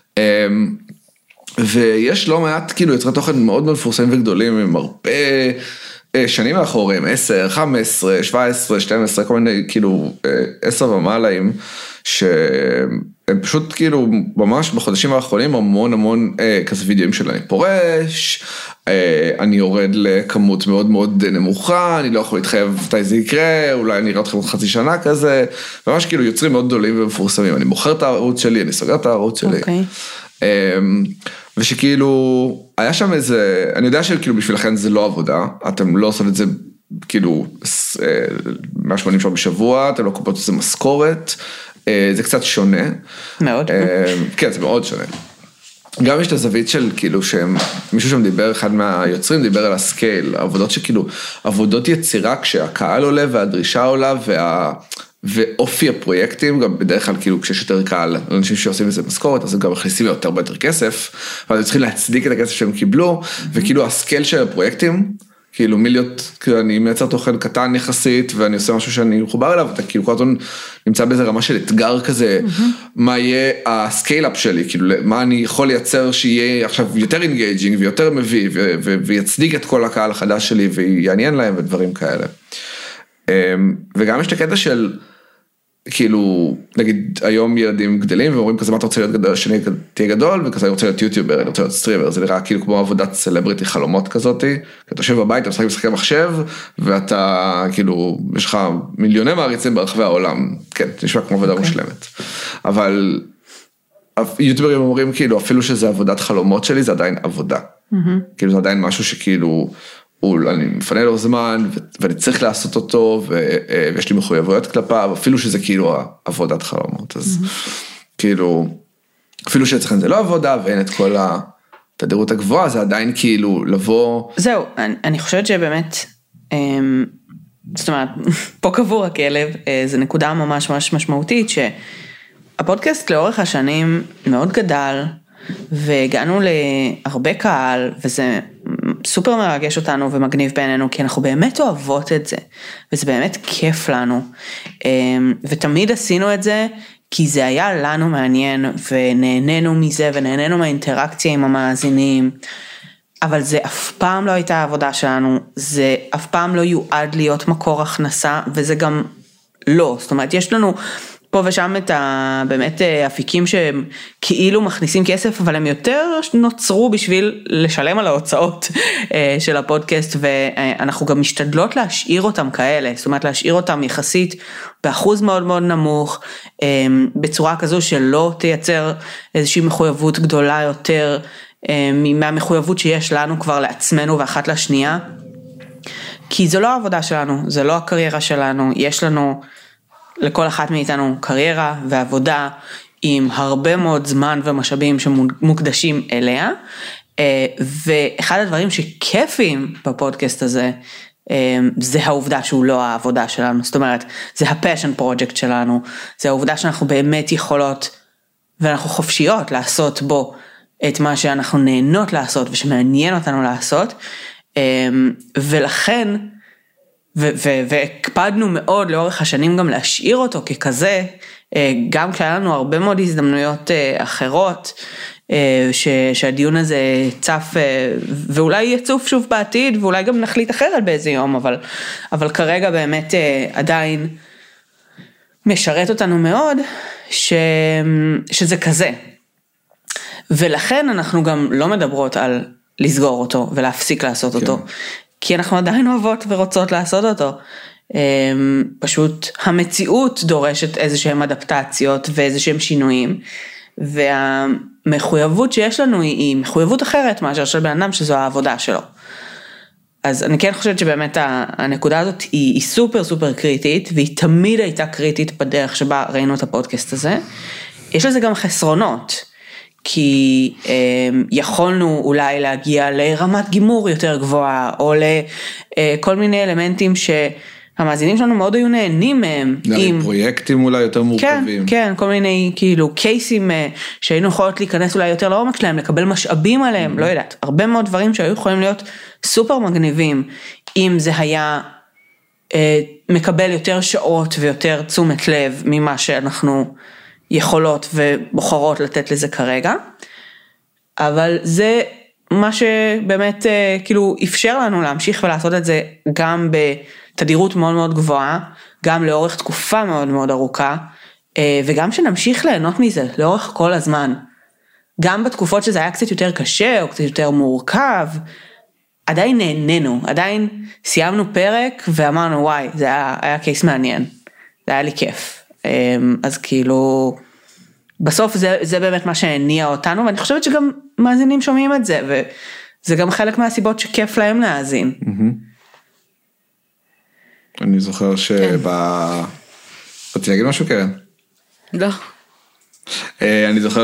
ויש לא מעט כאילו יוצרי תוכן מאוד מאוד מפורסמים וגדולים עם הרבה שנים מאחוריהם, עשר, חמש עשרה, שבע עשרה, שתים עשרה, כל מיני כאילו עשר ומעליים, שהם פשוט כאילו ממש בחודשים האחרונים המון המון כזה וידאוים של אני פורש, אני יורד לכמות מאוד מאוד נמוכה, אני לא יכול להתחייב מתי זה יקרה, אולי אני אראה אתכם עוד חצי שנה כזה, ממש כאילו יוצרים מאוד גדולים ומפורסמים, אני מוכר את הערוץ שלי, אני סוגר את הערוץ שלי. אוקיי. ושכאילו, היה שם איזה, אני יודע שכאילו בשבילכם זה לא עבודה, אתם לא עושים את זה כאילו מאה ושמונים שעות בשבוע, אתם לא קופות את זה משכורת, זה קצת שונה. מאוד. כן, זה מאוד שונה. גם יש את הזווית של כאילו שהם, מישהו שם דיבר, אחד מהיוצרים דיבר על הסקייל, עבודות שכאילו, עבודות יצירה כשהקהל עולה והדרישה עולה וה... ואופי הפרויקטים, גם בדרך כלל כאילו כשיש יותר קהל, אנשים שעושים איזה משכורת, אז הם גם מכניסים יותר הרבה יותר כסף, אבל הם צריכים להצדיק את הכסף שהם קיבלו, וכאילו הסקייל של הפרויקטים, כאילו מיליות, כאילו אני מייצר תוכן קטן יחסית, ואני עושה משהו שאני מחובר אליו, אתה כאילו כל הזמן נמצא באיזה רמה של אתגר כזה, מה יהיה הסקייל-אפ שלי, כאילו מה אני יכול לייצר שיהיה עכשיו יותר אינגייג'ינג, ויותר מביא, ויצדיק את כל הקהל החדש שלי, ויעניין להם ודברים כאלה. וגם יש את הקטע של, כאילו, נגיד, היום ילדים גדלים, ואומרים כזה, מה אתה רוצה להיות גדול, שאני תהיה גדול, וכזה אני רוצה להיות יוטיובר, אני רוצה להיות סטרימר, זה נראה כאילו כמו עבודת סלבריטי חלומות כזאת, כי אתה יושב בבית, אתה משחק משחקי מחשב, ואתה, כאילו, יש לך מיליוני מעריצים ברחבי העולם, כן, זה נשמע כמו עבודה מושלמת, אבל יוטיוברים אומרים, כאילו, אפילו שזה עבודת חלומות שלי, זה עדיין עבודה, כאילו, זה עדיין משהו שכאילו, אני מפנה לו זמן, ואני צריך לעשות אותו, ויש לי מחויבויות כלפיו, אפילו שזה כאילו עבודת חלומות, אז כאילו, אפילו שאצלכם זה לא עבודה, ואין את כל התדירות הגבוהה, זה עדיין כאילו לבוא... זהו, אני חושבת שבאמת, זאת אומרת, פה קבור הכלב, זה נקודה ממש ממש משמעותית, שהפודקאסט לאורך השנים מאוד גדל, והגענו להרבה קהל, וזה סופר מרגש אותנו ומגניב בעינינו, כי אנחנו באמת אוהבות את זה, וזה באמת כיף לנו, ותמיד עשינו את זה, כי זה היה לנו מעניין, ונהנינו מזה, ונהנינו מהאינטראקציה עם המאזינים, אבל זה אף פעם לא הייתה העבודה שלנו, זה אף פעם לא יועד להיות מקור הכנסה, וזה גם לא, זאת אומרת, יש לנו... פה ושם את ה, באמת אפיקים שהם כאילו מכניסים כסף, אבל הם יותר נוצרו בשביל לשלם על ההוצאות של הפודקאסט, ואנחנו גם משתדלות להשאיר אותם כאלה, זאת אומרת להשאיר אותם יחסית באחוז מאוד מאוד נמוך, בצורה כזו שלא תייצר איזושהי מחויבות גדולה יותר, מהמחויבות שיש לנו כבר לעצמנו ואחת לשנייה, כי זו לא העבודה שלנו, זו לא הקריירה שלנו, יש לנו... לכל אחת מאיתנו קריירה ועבודה עם הרבה מאוד זמן ומשאבים שמוקדשים אליה, ואחד הדברים שכיפים בפודקאסט הזה, זה העובדה שהוא לא העבודה שלנו, זאת אומרת, זה הפשן פרויקט שלנו, זה העובדה שאנחנו באמת יכולות, ואנחנו חופשיות לעשות בו את מה שאנחנו נהנות לעשות, ושמעניין אותנו לעשות, ולכן, והקפדנו מאוד לאורך השנים גם להשאיר אותו ככזה, גם כשהיה לנו הרבה מאוד הזדמנויות אחרות, שהדיון הזה צף, ואולי יצוף שוב בעתיד, ואולי גם נחליט אחרת באיזה יום, אבל, אבל כרגע באמת עדיין משרת אותנו מאוד, ש, שזה כזה. ולכן אנחנו גם לא מדברות על לסגור אותו, ולהפסיק לעשות אותו, כן. כי אנחנו עדיין אוהבות ורוצות לעשות אותו. פשוט המציאות דורשת איזשהם אדפטציות ואיזשהם שינויים, והמחויבות שיש לנו היא מחויבות אחרת מאשר של בן אדם שזו העבודה שלו. אז אני כן חושבת שבאמת הנקודה הזאת היא, היא סופר סופר קריטית, והיא תמיד הייתה קריטית בדרך שבה ראינו את הפודקאסט הזה. יש לזה גם חסרונות, כי יכולנו אולי להגיע לרמת גימור יותר גבוהה, או לכל מיני אלמנטים שהמאזינים שלנו מאוד היו נהנים מהם. עם פרויקטים אולי יותר מורכבים. כן, כן, כל מיני כאילו קייסים שהיינו יכולות להיכנס אולי יותר לעומק שלהם, לקבל משאבים עליהם, לא יודעת, הרבה מאוד דברים שהיו יכולים להיות סופר מגניבים, אם זה היה מקבל יותר שעות ויותר תשומת לב ממה שאנחנו יכולות ובוחרות לתת לזה כרגע, אבל זה מה שבאמת כאילו אפשר לנו להמשיך ולעשות את זה גם בתדירות מאוד מאוד גבוהה, גם לאורך תקופה מאוד מאוד ארוכה, וגם שנמשיך ליהנות מזה לאורך כל הזמן, גם בתקופות שזה היה קצת יותר קשה או קצת יותר מורכב, עדיין נהנינו, עדיין סיימנו פרק ואמרנו וואי, זה היה, היה קייס מעניין, זה היה לי כיף. אז כאילו, בסוף זה, זה באמת מה שהניע אותנו, ואני חושבת שגם מאזינים שומעים את זה, וזה גם חלק מהסיבות שכיף להם להאזין. אני זוכר שב... רציתי להגיד משהו, קרן? לא. אני זוכר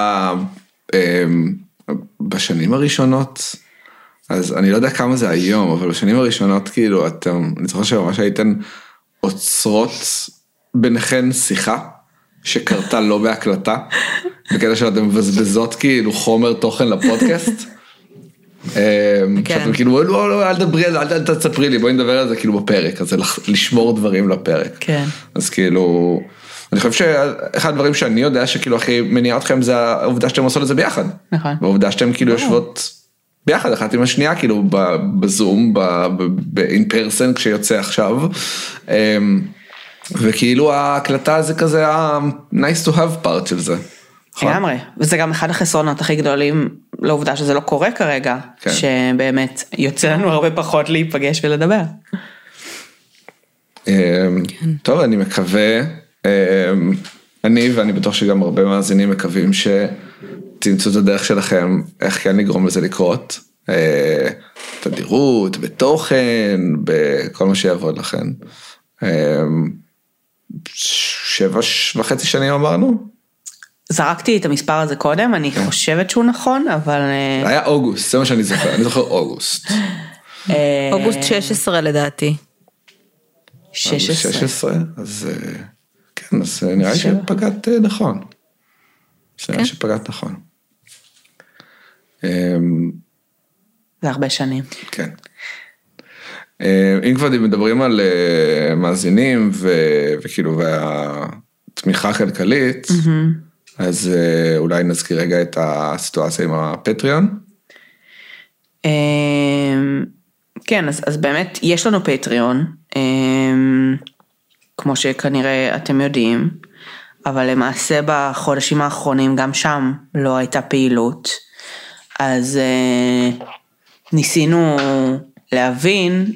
שבשנים הראשונות, אז אני לא יודע כמה זה היום, אבל בשנים הראשונות, כאילו, אתם, אני זוכר שממש הייתן עוצרות ביניכן שיחה שקרתה לא בהקלטה, בקטע שאתם מבזבזות כאילו חומר תוכן לפודקאסט? שאתם כאילו, לא, לא, אל תדברי, אל תספרי לי, בואי נדבר על זה כאילו בפרק, אז לשמור דברים לפרק. כן. אז כאילו, אני חושב שאחד הדברים שאני יודע שכאילו הכי מניע אתכם זה העובדה שאתם עושות את זה ביחד. נכון. והעובדה שאתם כאילו יושבות ביחד, אחת עם השנייה, כאילו בזום, ב-in person כשיוצא עכשיו. וכאילו ההקלטה זה כזה ה-nice to have part של זה. לגמרי, וזה גם אחד החסרונות הכי גדולים לעובדה שזה לא קורה כרגע, שבאמת יוצא לנו הרבה פחות להיפגש ולדבר. טוב, אני מקווה, אני ואני בטוח שגם הרבה מאזינים מקווים שתמצאו את הדרך שלכם, איך כן לגרום לזה לקרות, תדירות, בתוכן, בכל מה שיעבוד לכם. שבע וחצי שנים אמרנו? זרקתי את המספר הזה קודם, אני חושבת שהוא נכון, אבל... היה אוגוסט, זה מה שאני זוכר, אני זוכר אוגוסט. אוגוסט שש עשרה לדעתי. שש עשרה. שש עשרה, אז כן, אז נראה לי שפגעת נכון. נראה לי שפגעת נכון. זה הרבה שנים. כן. אם כבר מדברים על מאזינים, וכאילו, והתמיכה הכלכלית, אז אולי נזכיר רגע את הסיטואציה עם הפטריון. כן, אז, אז באמת יש לנו פטריון, כמו שכנראה אתם יודעים, אבל למעשה בחודשים האחרונים גם שם לא הייתה פעילות, אז ניסינו להבין,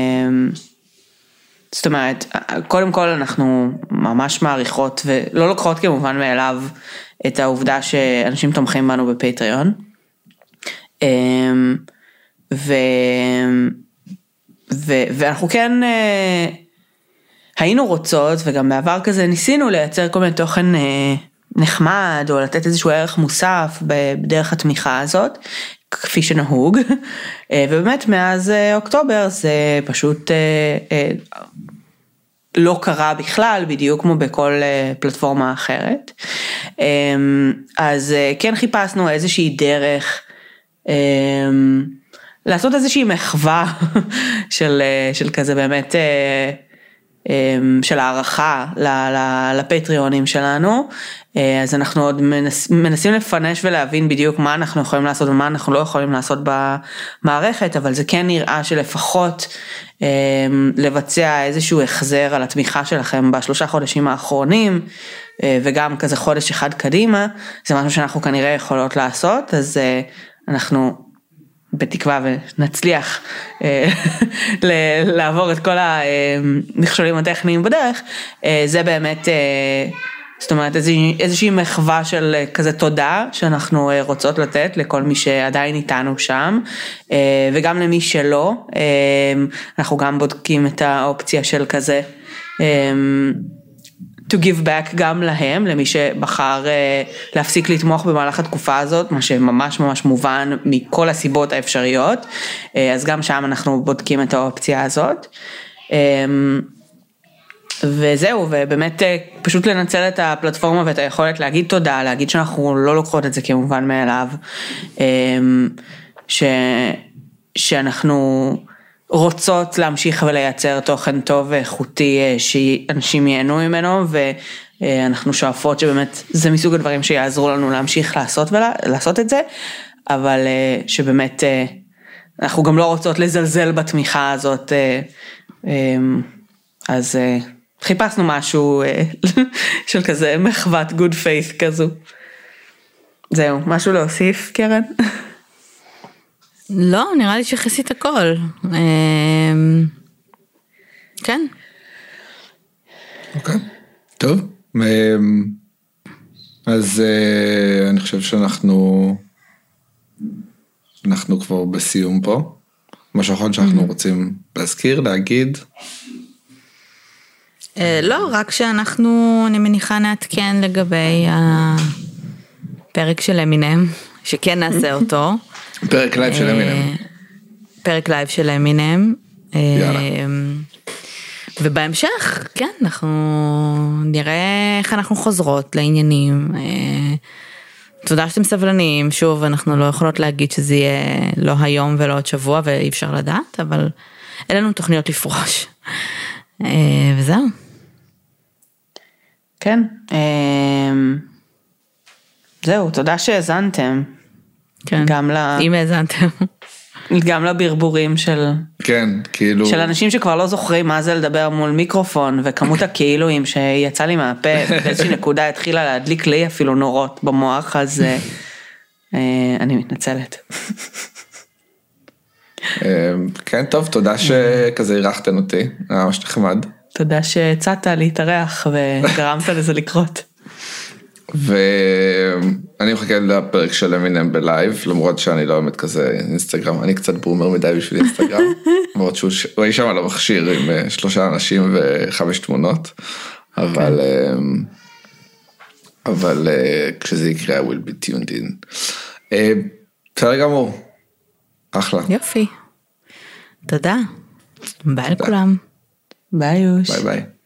זאת אומרת, קודם כל אנחנו ממש מעריכות ולא לוקחות כמובן מאליו את העובדה שאנשים תומכים בנו בפטריון, ו, ו, ואנחנו כן היינו רוצות, וגם בעבר כזה ניסינו לייצר כל מיני תוכן נחמד, או לתת איזשהו ערך מוסף בדרך התמיכה הזאת, כפי שנהוג, ובאמת מאז אוקטובר זה פשוט לא קרה בכלל, בדיוק כמו בכל פלטפורמה אחרת. אז כן חיפשנו איזושהי דרך לעשות איזושהי מחווה של, של כזה באמת, של הערכה לפטריונים שלנו, אז אנחנו עוד מנס, מנסים לפנש ולהבין בדיוק מה אנחנו יכולים לעשות ומה אנחנו לא יכולים לעשות במערכת, אבל זה כן נראה שלפחות לבצע איזשהו החזר על התמיכה שלכם בשלושה חודשים האחרונים, וגם כזה חודש אחד קדימה, זה משהו שאנחנו כנראה יכולות לעשות, אז אנחנו בתקווה ונצליח לעבור את כל המכשולים הטכניים בדרך, זה באמת, זאת אומרת, איזושהי מחווה של כזה תודה, שאנחנו רוצות לתת לכל מי שעדיין איתנו שם, וגם למי שלא, אנחנו גם בודקים את האופציה של כזה, to give back גם להם, למי שבחר להפסיק לתמוך במהלך התקופה הזאת, מה שממש ממש מובן מכל הסיבות האפשריות, אז גם שם אנחנו בודקים את האופציה הזאת, וזהו, ובאמת פשוט לנצל את הפלטפורמה ואת היכולת להגיד תודה, להגיד שאנחנו לא לוקחות את זה כמובן מאליו, ש, שאנחנו רוצות להמשיך ולייצר תוכן טוב ואיכותי שאנשים ייהנו ממנו, ואנחנו שואפות שבאמת זה מסוג הדברים שיעזרו לנו להמשיך לעשות ולעשות את זה, אבל שבאמת אנחנו גם לא רוצות לזלזל בתמיכה הזאת, אז חיפשנו משהו של כזה מחוות good faith כזו. זהו, משהו להוסיף, קרן? לא, נראה לי שחסית הכל. כן. אוקיי, טוב. אז אני חושב שאנחנו אנחנו כבר בסיום פה. משהו אחרון שאנחנו רוצים להזכיר, להגיד? לא, רק שאנחנו, אני מניחה, נעדכן לגבי הפרק של אמינם, שכן נעשה אותו. פרק לייב של אמינם. פרק לייב של אמינם. ובהמשך, כן, אנחנו נראה איך אנחנו חוזרות לעניינים. תודה שאתם סבלניים, שוב, אנחנו לא יכולות להגיד שזה יהיה לא היום ולא עוד שבוע, ואי אפשר לדעת, אבל אין לנו תוכניות לפרוש. וזהו. כן. זהו, תודה שהאזנתם. כן, גם ל... אם האזנתם. גם לברבורים של... כן, כאילו... של אנשים שכבר לא זוכרים מה זה לדבר מול מיקרופון, וכמות הכאילויים שיצא לי מהפה, באיזושהי נקודה התחילה להדליק לי אפילו נורות במוח, אז אני מתנצלת. כן, טוב, תודה שכזה אירחתן אותי, היה ממש נחמד. תודה שהצעת להתארח וגרמת לזה לקרות. ואני מחכה לפרק של אמינם בלייב, למרות שאני לא באמת כזה אינסטגרם, אני קצת בומר מדי בשביל אינסטגרם, למרות שהוא היה שם על המכשיר עם שלושה אנשים וחמש תמונות, אבל אבל כשזה יקרה I will be tuned in. בסדר גמור, אחלה. יופי, תודה, ביי לכולם. ביי יוש. ביי ביי.